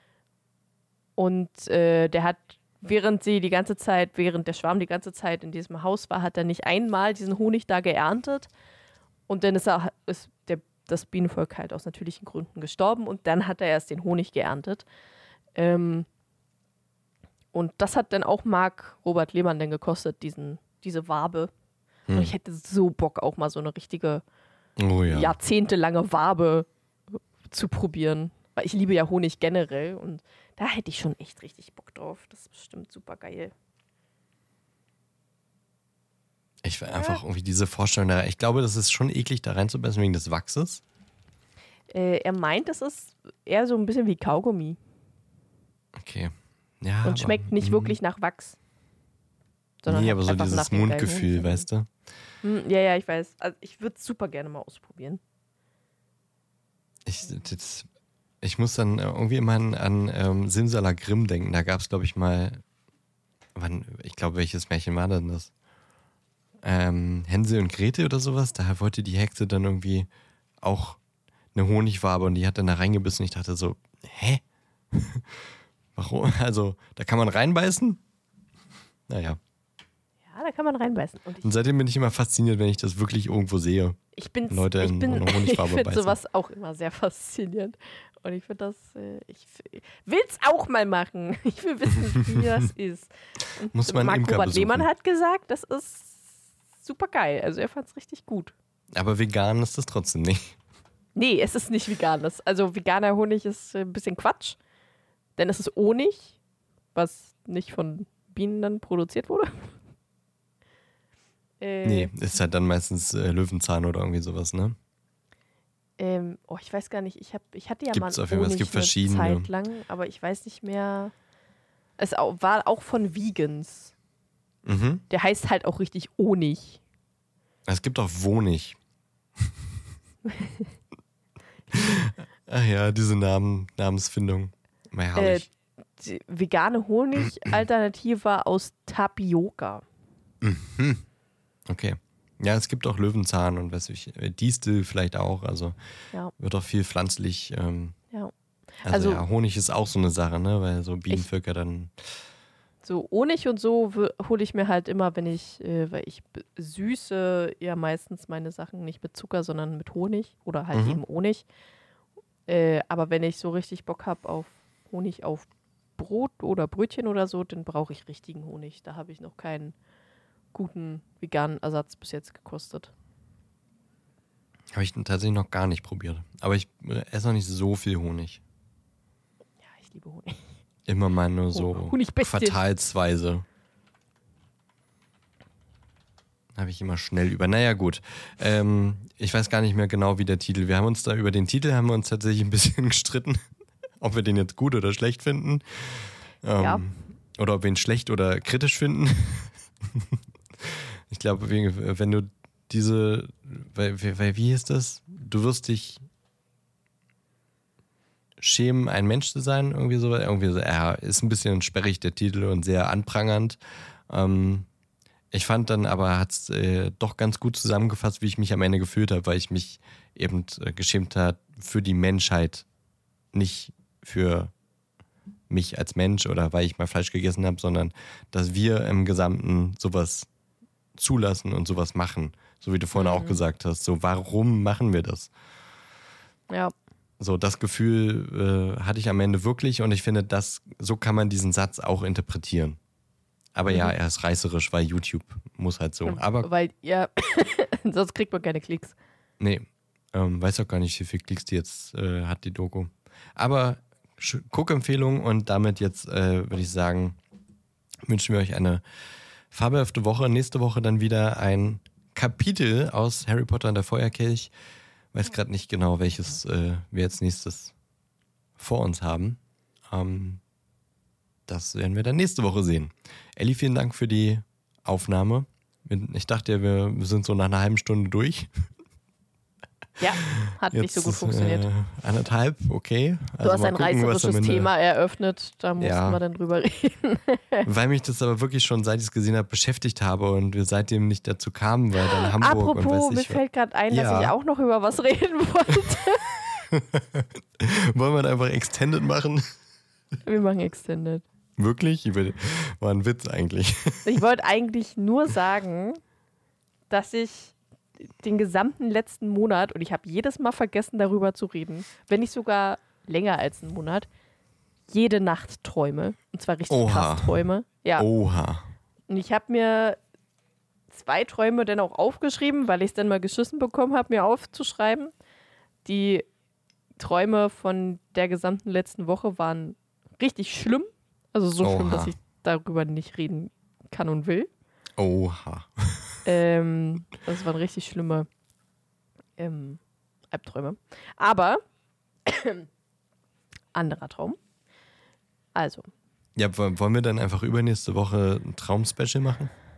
und äh, der hat, während sie die ganze Zeit, während der Schwarm die ganze Zeit in diesem Haus war, hat er nicht einmal diesen Honig da geerntet und dann ist er ist der das Bienenvolk halt aus natürlichen Gründen gestorben und dann hat er erst den Honig geerntet. Ähm, und das hat dann auch Marc Robert Lehmann dann gekostet, diesen, diese Wabe. Hm. Und ich hätte so Bock, auch mal so eine richtige Oh ja. jahrzehntelange Wabe zu probieren. Weil ich liebe ja Honig generell und da hätte ich schon echt richtig Bock drauf. Das ist bestimmt super geil. Ich will einfach irgendwie diese Vorstellung da. Ich glaube, das ist schon eklig, da reinzubeißen wegen des Wachses. Äh, er meint, das ist eher so ein bisschen wie Kaugummi Okay. Ja. und aber, schmeckt nicht mm, wirklich nach Wachs. Sondern Nee, halt aber so einfach nach dieses dem geilen Mundgefühl, Hähnchen. weißt du? Hm, ja, ja, ich weiß. Also ich würde es super gerne mal ausprobieren. Ich, das, ich muss dann irgendwie immer an, an ähm, Simsalagrim denken. Da gab es, glaube ich, mal, wann, ich glaube, welches Märchen war denn das? Ähm, Hänsel und Gretel oder sowas. Da wollte die Hexe dann irgendwie auch eine Honigwabe und die hat dann da reingebissen. Ich dachte so, hä? Warum? Also, da kann man reinbeißen? Naja. Ja, da kann man reinbeißen. Und Und ich, seitdem bin ich immer fasziniert, wenn ich das wirklich irgendwo sehe. ich bin, Leute ich in bin, eine ich Honigwabe finde beißen. sowas auch immer sehr faszinierend. Und ich finde das, äh, ich will es auch mal machen. Ich will wissen, wie das ist. Und Muss man Marc Imker Robert besuchen. Lehmann hat gesagt, das ist super geil. Also er fand es richtig gut. Aber vegan ist das trotzdem nicht. Nee, es ist nicht veganes. Also veganer Honig ist äh, ein bisschen Quatsch. Denn es ist Honig, was nicht von Bienen dann produziert wurde. Äh, Nee, ist halt dann meistens äh, Löwenzahn oder irgendwie sowas, ne? Ähm, oh, ich weiß gar nicht. Ich, hab, ich hatte ja Gibt's mal auf jeden Fall, es Honig gibt eine verschiedene. Zeit lang, aber ich weiß nicht mehr. Es au- war auch von Vegans. Mhm. Der heißt halt auch richtig Honig. Es gibt auch Wohnig. Ach ja, diese Namen, Namensfindung. Mal Äh, herrlich. die vegane Honig-Alternative war aus Tapioca. Okay. Ja, es gibt auch Löwenzahn und weiß ich, äh, Distel vielleicht auch. Also Ja, wird auch viel pflanzlich. Ähm, ja. also, Also- ja, Honig ist auch so eine Sache, ne? Weil so Bienenvölker dann. So Honig und so hole ich mir halt immer, wenn ich, äh, weil ich b- süße ja meistens meine Sachen nicht mit Zucker, sondern mit Honig oder halt Mhm. eben Honig. Äh, aber wenn ich so richtig Bock habe auf Honig auf Brot oder Brötchen oder so, dann brauche ich richtigen Honig. Da habe ich noch keinen guten veganen Ersatz bis jetzt gekostet. Habe ich tatsächlich noch gar nicht probiert. Aber ich äh, esse noch nicht so viel Honig. Ja, ich liebe Honig. Immer mal nur so Honigbestien. quartalsweise. Habe ich immer schnell über. Naja, gut. Ähm, ich weiß gar nicht mehr genau, wie der Titel. Wir haben uns da über den Titel haben wir uns tatsächlich ein bisschen gestritten, ob wir den jetzt gut oder schlecht finden. Ähm, Ja. Oder ob wir ihn schlecht oder kritisch finden. Ich glaube, wenn du diese, weil, weil, wie hieß das? Du wirst dich schämen, ein Mensch zu sein, irgendwie so. Irgendwie so, ja, ist ein bisschen sperrig der Titel und sehr anprangernd. Ähm, ich fand dann aber, hat es äh, doch ganz gut zusammengefasst, wie ich mich am Ende gefühlt habe, weil ich mich eben äh, geschämt habe für die Menschheit, nicht für mich als Mensch oder weil ich mal Fleisch gegessen habe, sondern dass wir im Gesamten sowas zulassen und sowas machen. So wie du vorhin Mhm. auch gesagt hast. So, warum machen wir das? Ja, So, das Gefühl äh, hatte ich am Ende wirklich und ich finde, das, so kann man diesen Satz auch interpretieren. Aber Mhm. ja, er ist reißerisch, weil YouTube muss halt so. Aber weil, ja, sonst kriegt man keine Klicks. nee, ähm, weiß auch gar nicht, wie viele Klicks die jetzt äh, hat, die Doku. Aber Sch- Guckempfehlung und damit jetzt äh, würde ich sagen, wünschen wir euch eine fabelhafte Woche. Nächste Woche dann wieder ein Kapitel aus Harry Potter und der Feuerkelch. Weiß gerade nicht genau, welches äh, wir jetzt nächstes vor uns haben. Ähm, das werden wir dann nächste Woche sehen. Elli, vielen Dank für die Aufnahme. Ich dachte ja, wir sind so nach einer halben Stunde durch. Ja, hat nicht so gut ist, funktioniert. Äh, anderthalb, okay. Du Also hast mal ein gucken, was am reißerisches Ende- Thema eröffnet, da mussten Ja. wir dann drüber reden. Weil mich das aber wirklich schon, seit ich es gesehen habe, beschäftigt habe und wir seitdem nicht dazu kamen, weil dann Hamburg und Apropos, weiß mir ich was. fällt gerade ein, dass Ja. ich auch noch über was reden wollte. Wollen wir da einfach Extended machen? Wir machen Extended. Wirklich? Ich will- War ein Witz eigentlich. Ich wollte eigentlich nur sagen, dass ich den gesamten letzten Monat, und ich habe jedes Mal vergessen, darüber zu reden, wenn nicht sogar länger als einen Monat, jede Nacht träume. Und zwar richtig Oha. krass träume. Ja. Oha. Und ich habe mir zwei Träume dann auch aufgeschrieben, weil ich es dann mal geschissen bekommen habe, mir aufzuschreiben. Die Träume von der gesamten letzten Woche waren richtig schlimm. Also so schlimm, Oha. dass ich darüber nicht reden kann und will. Oha. Ähm, das waren richtig schlimme ähm, Albträume. Aber anderer Traum. Also, Ja, w- wollen wir dann einfach übernächste Woche ein Traum-Special machen?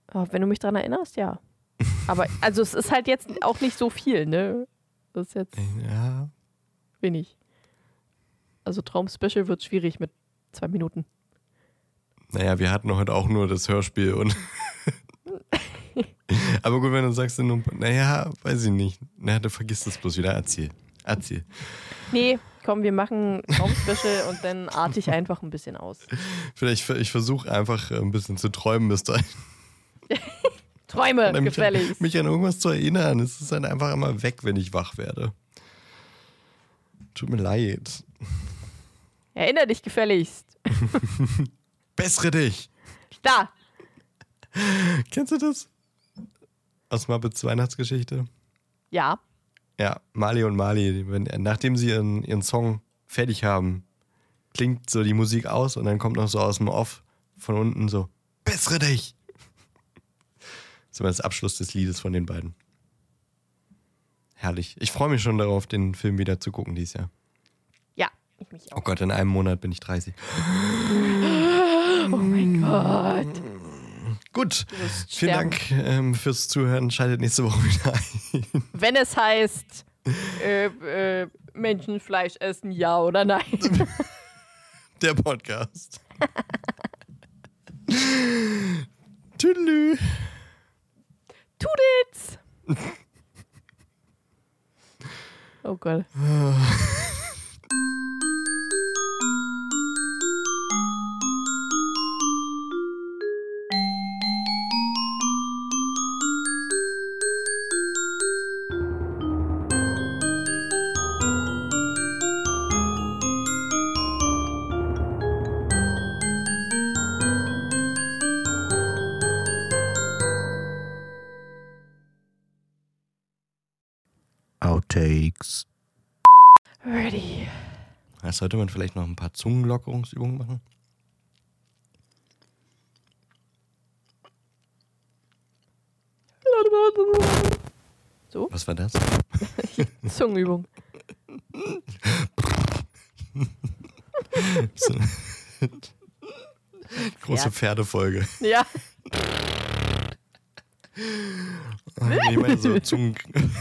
Oh, wenn du mich dran erinnerst, ja. Aber also es ist halt jetzt auch nicht so viel, ne? Das ist jetzt Ja. wenig. Also Traum-Special wird schwierig mit zwei Minuten. Naja, wir hatten heute auch nur das Hörspiel und aber gut, wenn du sagst, nur, naja, weiß ich nicht. Naja, du vergisst es bloß wieder. Erzähl. Erzähl. Nee, komm, wir machen Traum-Special und dann arte ich einfach ein bisschen aus. Vielleicht, ich versuche einfach ein bisschen zu träumen bis dahin. Träume, mich gefälligst. An, mich an irgendwas zu erinnern. Es ist dann einfach immer weg, wenn ich wach werde. Tut mir leid. Erinner dich gefälligst. Bessere dich. Da. Kennst du das? Aus Muppets Weihnachtsgeschichte? Ja. Ja, Marley und Marley, wenn, nachdem sie ihren, ihren Song fertig haben, klingt so die Musik aus und dann kommt noch so aus dem Off von unten so, bessere dich! Das ist immer das Abschluss des Liedes von den beiden. Herrlich. Ich freue mich schon darauf, den Film wieder zu gucken dieses Jahr. Ja, ich mich auch. Oh Gott, in einem Monat bin ich dreißig. Oh mein Gott. Gut, vielen sterben. Dank ähm, fürs Zuhören. Schaltet nächste Woche wieder ein. Wenn es heißt, äh, äh, Menschenfleisch essen, ja oder nein. Der Podcast. Tüdelü. Tudits. Oh Gott. Outtakes. Ready. Jetzt sollte man vielleicht noch ein paar Zungenlockerungsübungen machen. So, Was war das? Zungenübung. So. Große Pferd. Pferdefolge. Ja. Ich meine so Zungen...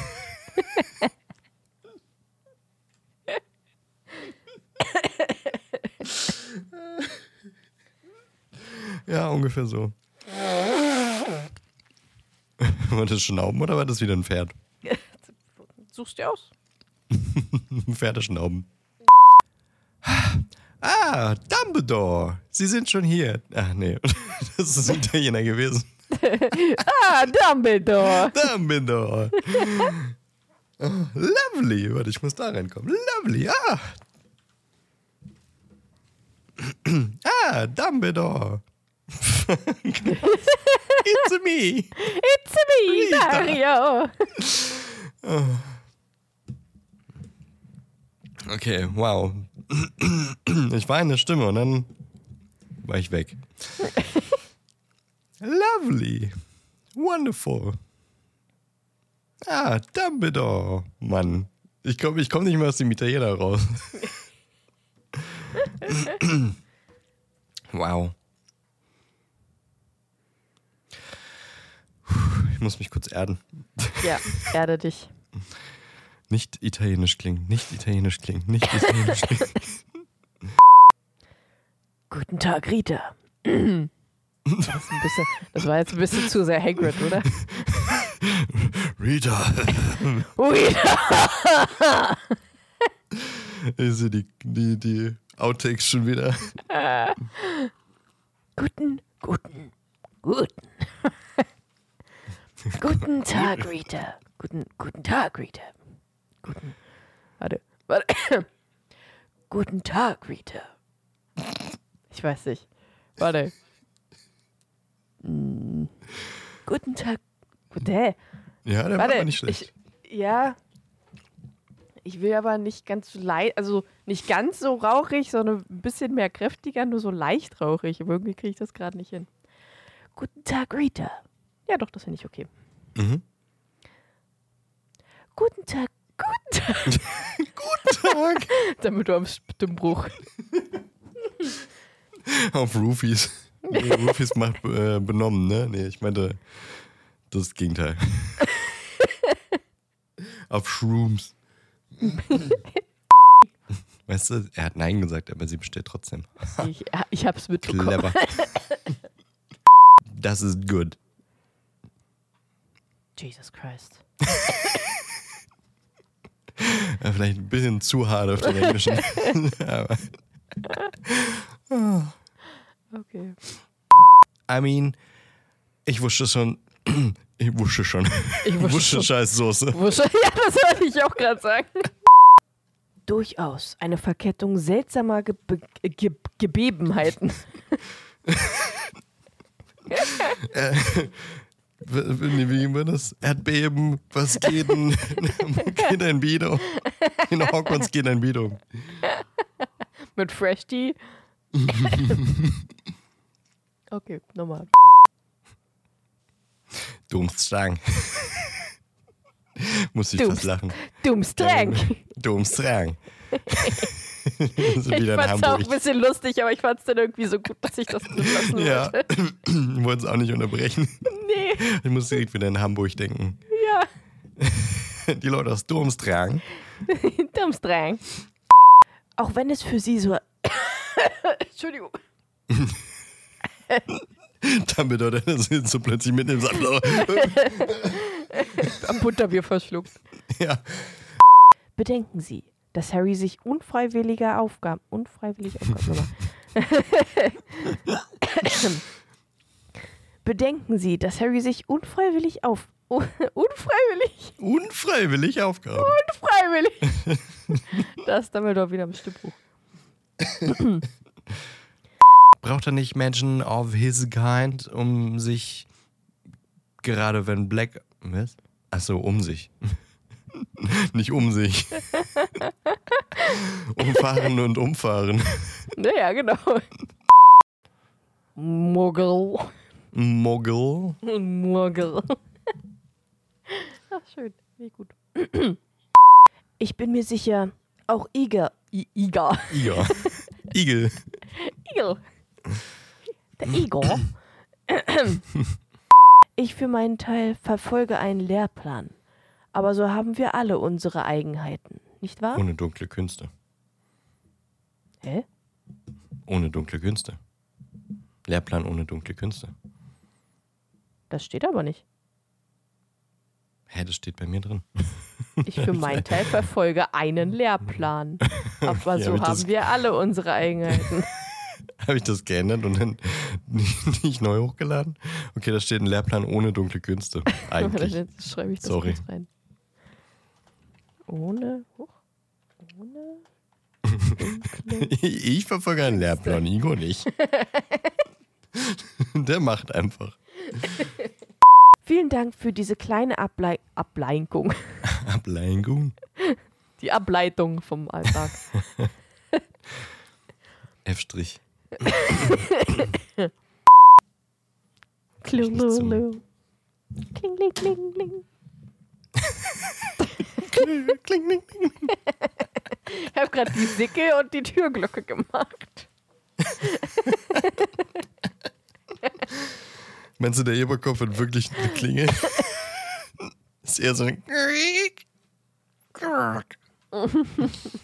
Ja, ungefähr so. War das Schnauben oder war das wieder ein Pferd? Suchst du aus? Pferdeschnauben. Ah, Dumbledore. Sie sind schon hier. Ach nee, das ist ein Italiener gewesen. Ah, Dumbledore. Dumbledore. Oh, lovely. Warte, ich muss da reinkommen. Lovely. Ah. Ah, Dumbledore. It's a me. It's me, Rita. Mario. Okay, wow. Ich war eine Stimme und dann war ich weg. Lovely. Wonderful. Ah, Dumbledore. Mann. Ich komme ich komm nicht mehr aus dem Italiener raus. Wow. Ich muss mich kurz erden. Ja, erde dich. Nicht italienisch klingen, nicht italienisch klingen, nicht italienisch klingen. Guten Tag, Rita. Das, ist ein bisschen, das war jetzt ein bisschen zu sehr Hagrid, oder? Rita. Rita. Ich sehe die, die, die Outtakes schon wieder. Äh. Guten, guten, guten. Guten Tag, Rita. Guten, guten Tag, Rita. Guten, warte, warte. Guten Tag, Rita. Ich weiß nicht. Warte. Hm. Guten Tag. Gut, hä? Ja, der Warte, war aber nicht schlecht. Ich, ja. Ich will aber nicht ganz so leicht, also nicht ganz so rauchig, sondern ein bisschen mehr kräftiger, nur so leicht rauchig. Aber irgendwie kriege ich das gerade nicht hin. Guten Tag, Rita. Ja, doch, das finde ich okay. Mhm. Guten Tag, guten Tag. Guten Tag. Damit du am Stimmbruch. Auf Roofies. Nee, Rufus macht äh, benommen, ne? Nee, ich meinte das Gegenteil. Auf Shrooms. Weißt du, er hat Nein gesagt, aber sie bestellt trotzdem. Ich, ich hab's mitbekommen. Clever. Das ist gut. Jesus Christ. Ja, vielleicht ein bisschen zu hart auf den Englischen. Aber. Okay. I mean, ich wusste schon. Ich wusste schon. Ich wusste schon. Scheiß Soße. Wusste, ja, das wollte ich auch gerade sagen. Durchaus eine Verkettung seltsamer Ge Ge Gegebenheiten. äh, wie ging war das? Erdbeben, was geht denn? Geht ein Video? In Hogwarts geht ein Video. Mit Fresh Tea. Okay, nochmal. Durmstrang. Muss ich Dums, fast lachen. Durmstrang. Durmstrang. Das ist Ich wieder in fand's auch Hamburg. ein bisschen lustig, aber ich fand's dann irgendwie so gut, dass ich das drin lassen Ja, wollte. ich wollte es auch nicht unterbrechen. Nee, Ich muss direkt wieder in Hamburg denken. ja. Die Leute aus Durmstrang. Durmstrang. Auch wenn es für sie so... Entschuldigung. Dann bedeutet das jetzt so plötzlich mit dem Satz. Am Butterbier verschluckt. Ja. Bedenken Sie, dass Harry sich unfreiwilliger Aufgaben... Unfreiwillig Aufgaben... Bedenken Sie, dass Harry sich unfreiwillig auf... unfreiwillig... Unfreiwillig Aufgaben. Unfreiwillig... Da ist Dumbledore wieder im Stimmbuch. Braucht er nicht Menschen of his kind, um sich, gerade wenn Black, was? Achso, um sich. Nicht um sich. Umfahren und umfahren. Naja, genau. Muggel. Muggel. Muggel. Ach, schön. Wie gut. Ich bin mir sicher, auch Iger... I Iger. Iger. Igel. Igel. Der Igor. Ich für meinen Teil verfolge einen Lehrplan. Aber so haben wir alle unsere Eigenheiten. Nicht wahr? Ohne dunkle Künste. Hä? Ohne dunkle Künste. Lehrplan ohne dunkle Künste. Das steht aber nicht. Hä, das steht bei mir drin. Ich für meinen Teil verfolge einen Lehrplan. Aber Okay, so hab ich haben das- wir alle unsere Eigenheiten. Habe ich das geändert und dann nicht, nicht neu hochgeladen? Okay, da steht ein Lehrplan ohne dunkle Künste. Eigentlich. Jetzt schreibe ich das Sorry. kurz rein. Ohne. Huch, ohne. Dunkle. Ich verfolge einen Lehrplan, Igor nicht. Der macht einfach. Vielen Dank für diese kleine Ablei Ablenkung. Ablenkung. Die Ableitung vom Alltag. F-Strich. Klululu. Kling, kling, kling, kling. Kling, kling, kling. Ich habe gerade die Sicke und die Türglocke gemacht. Meinst du, der Eberkopf hat wirklich eine Klingel? Ist eher so ein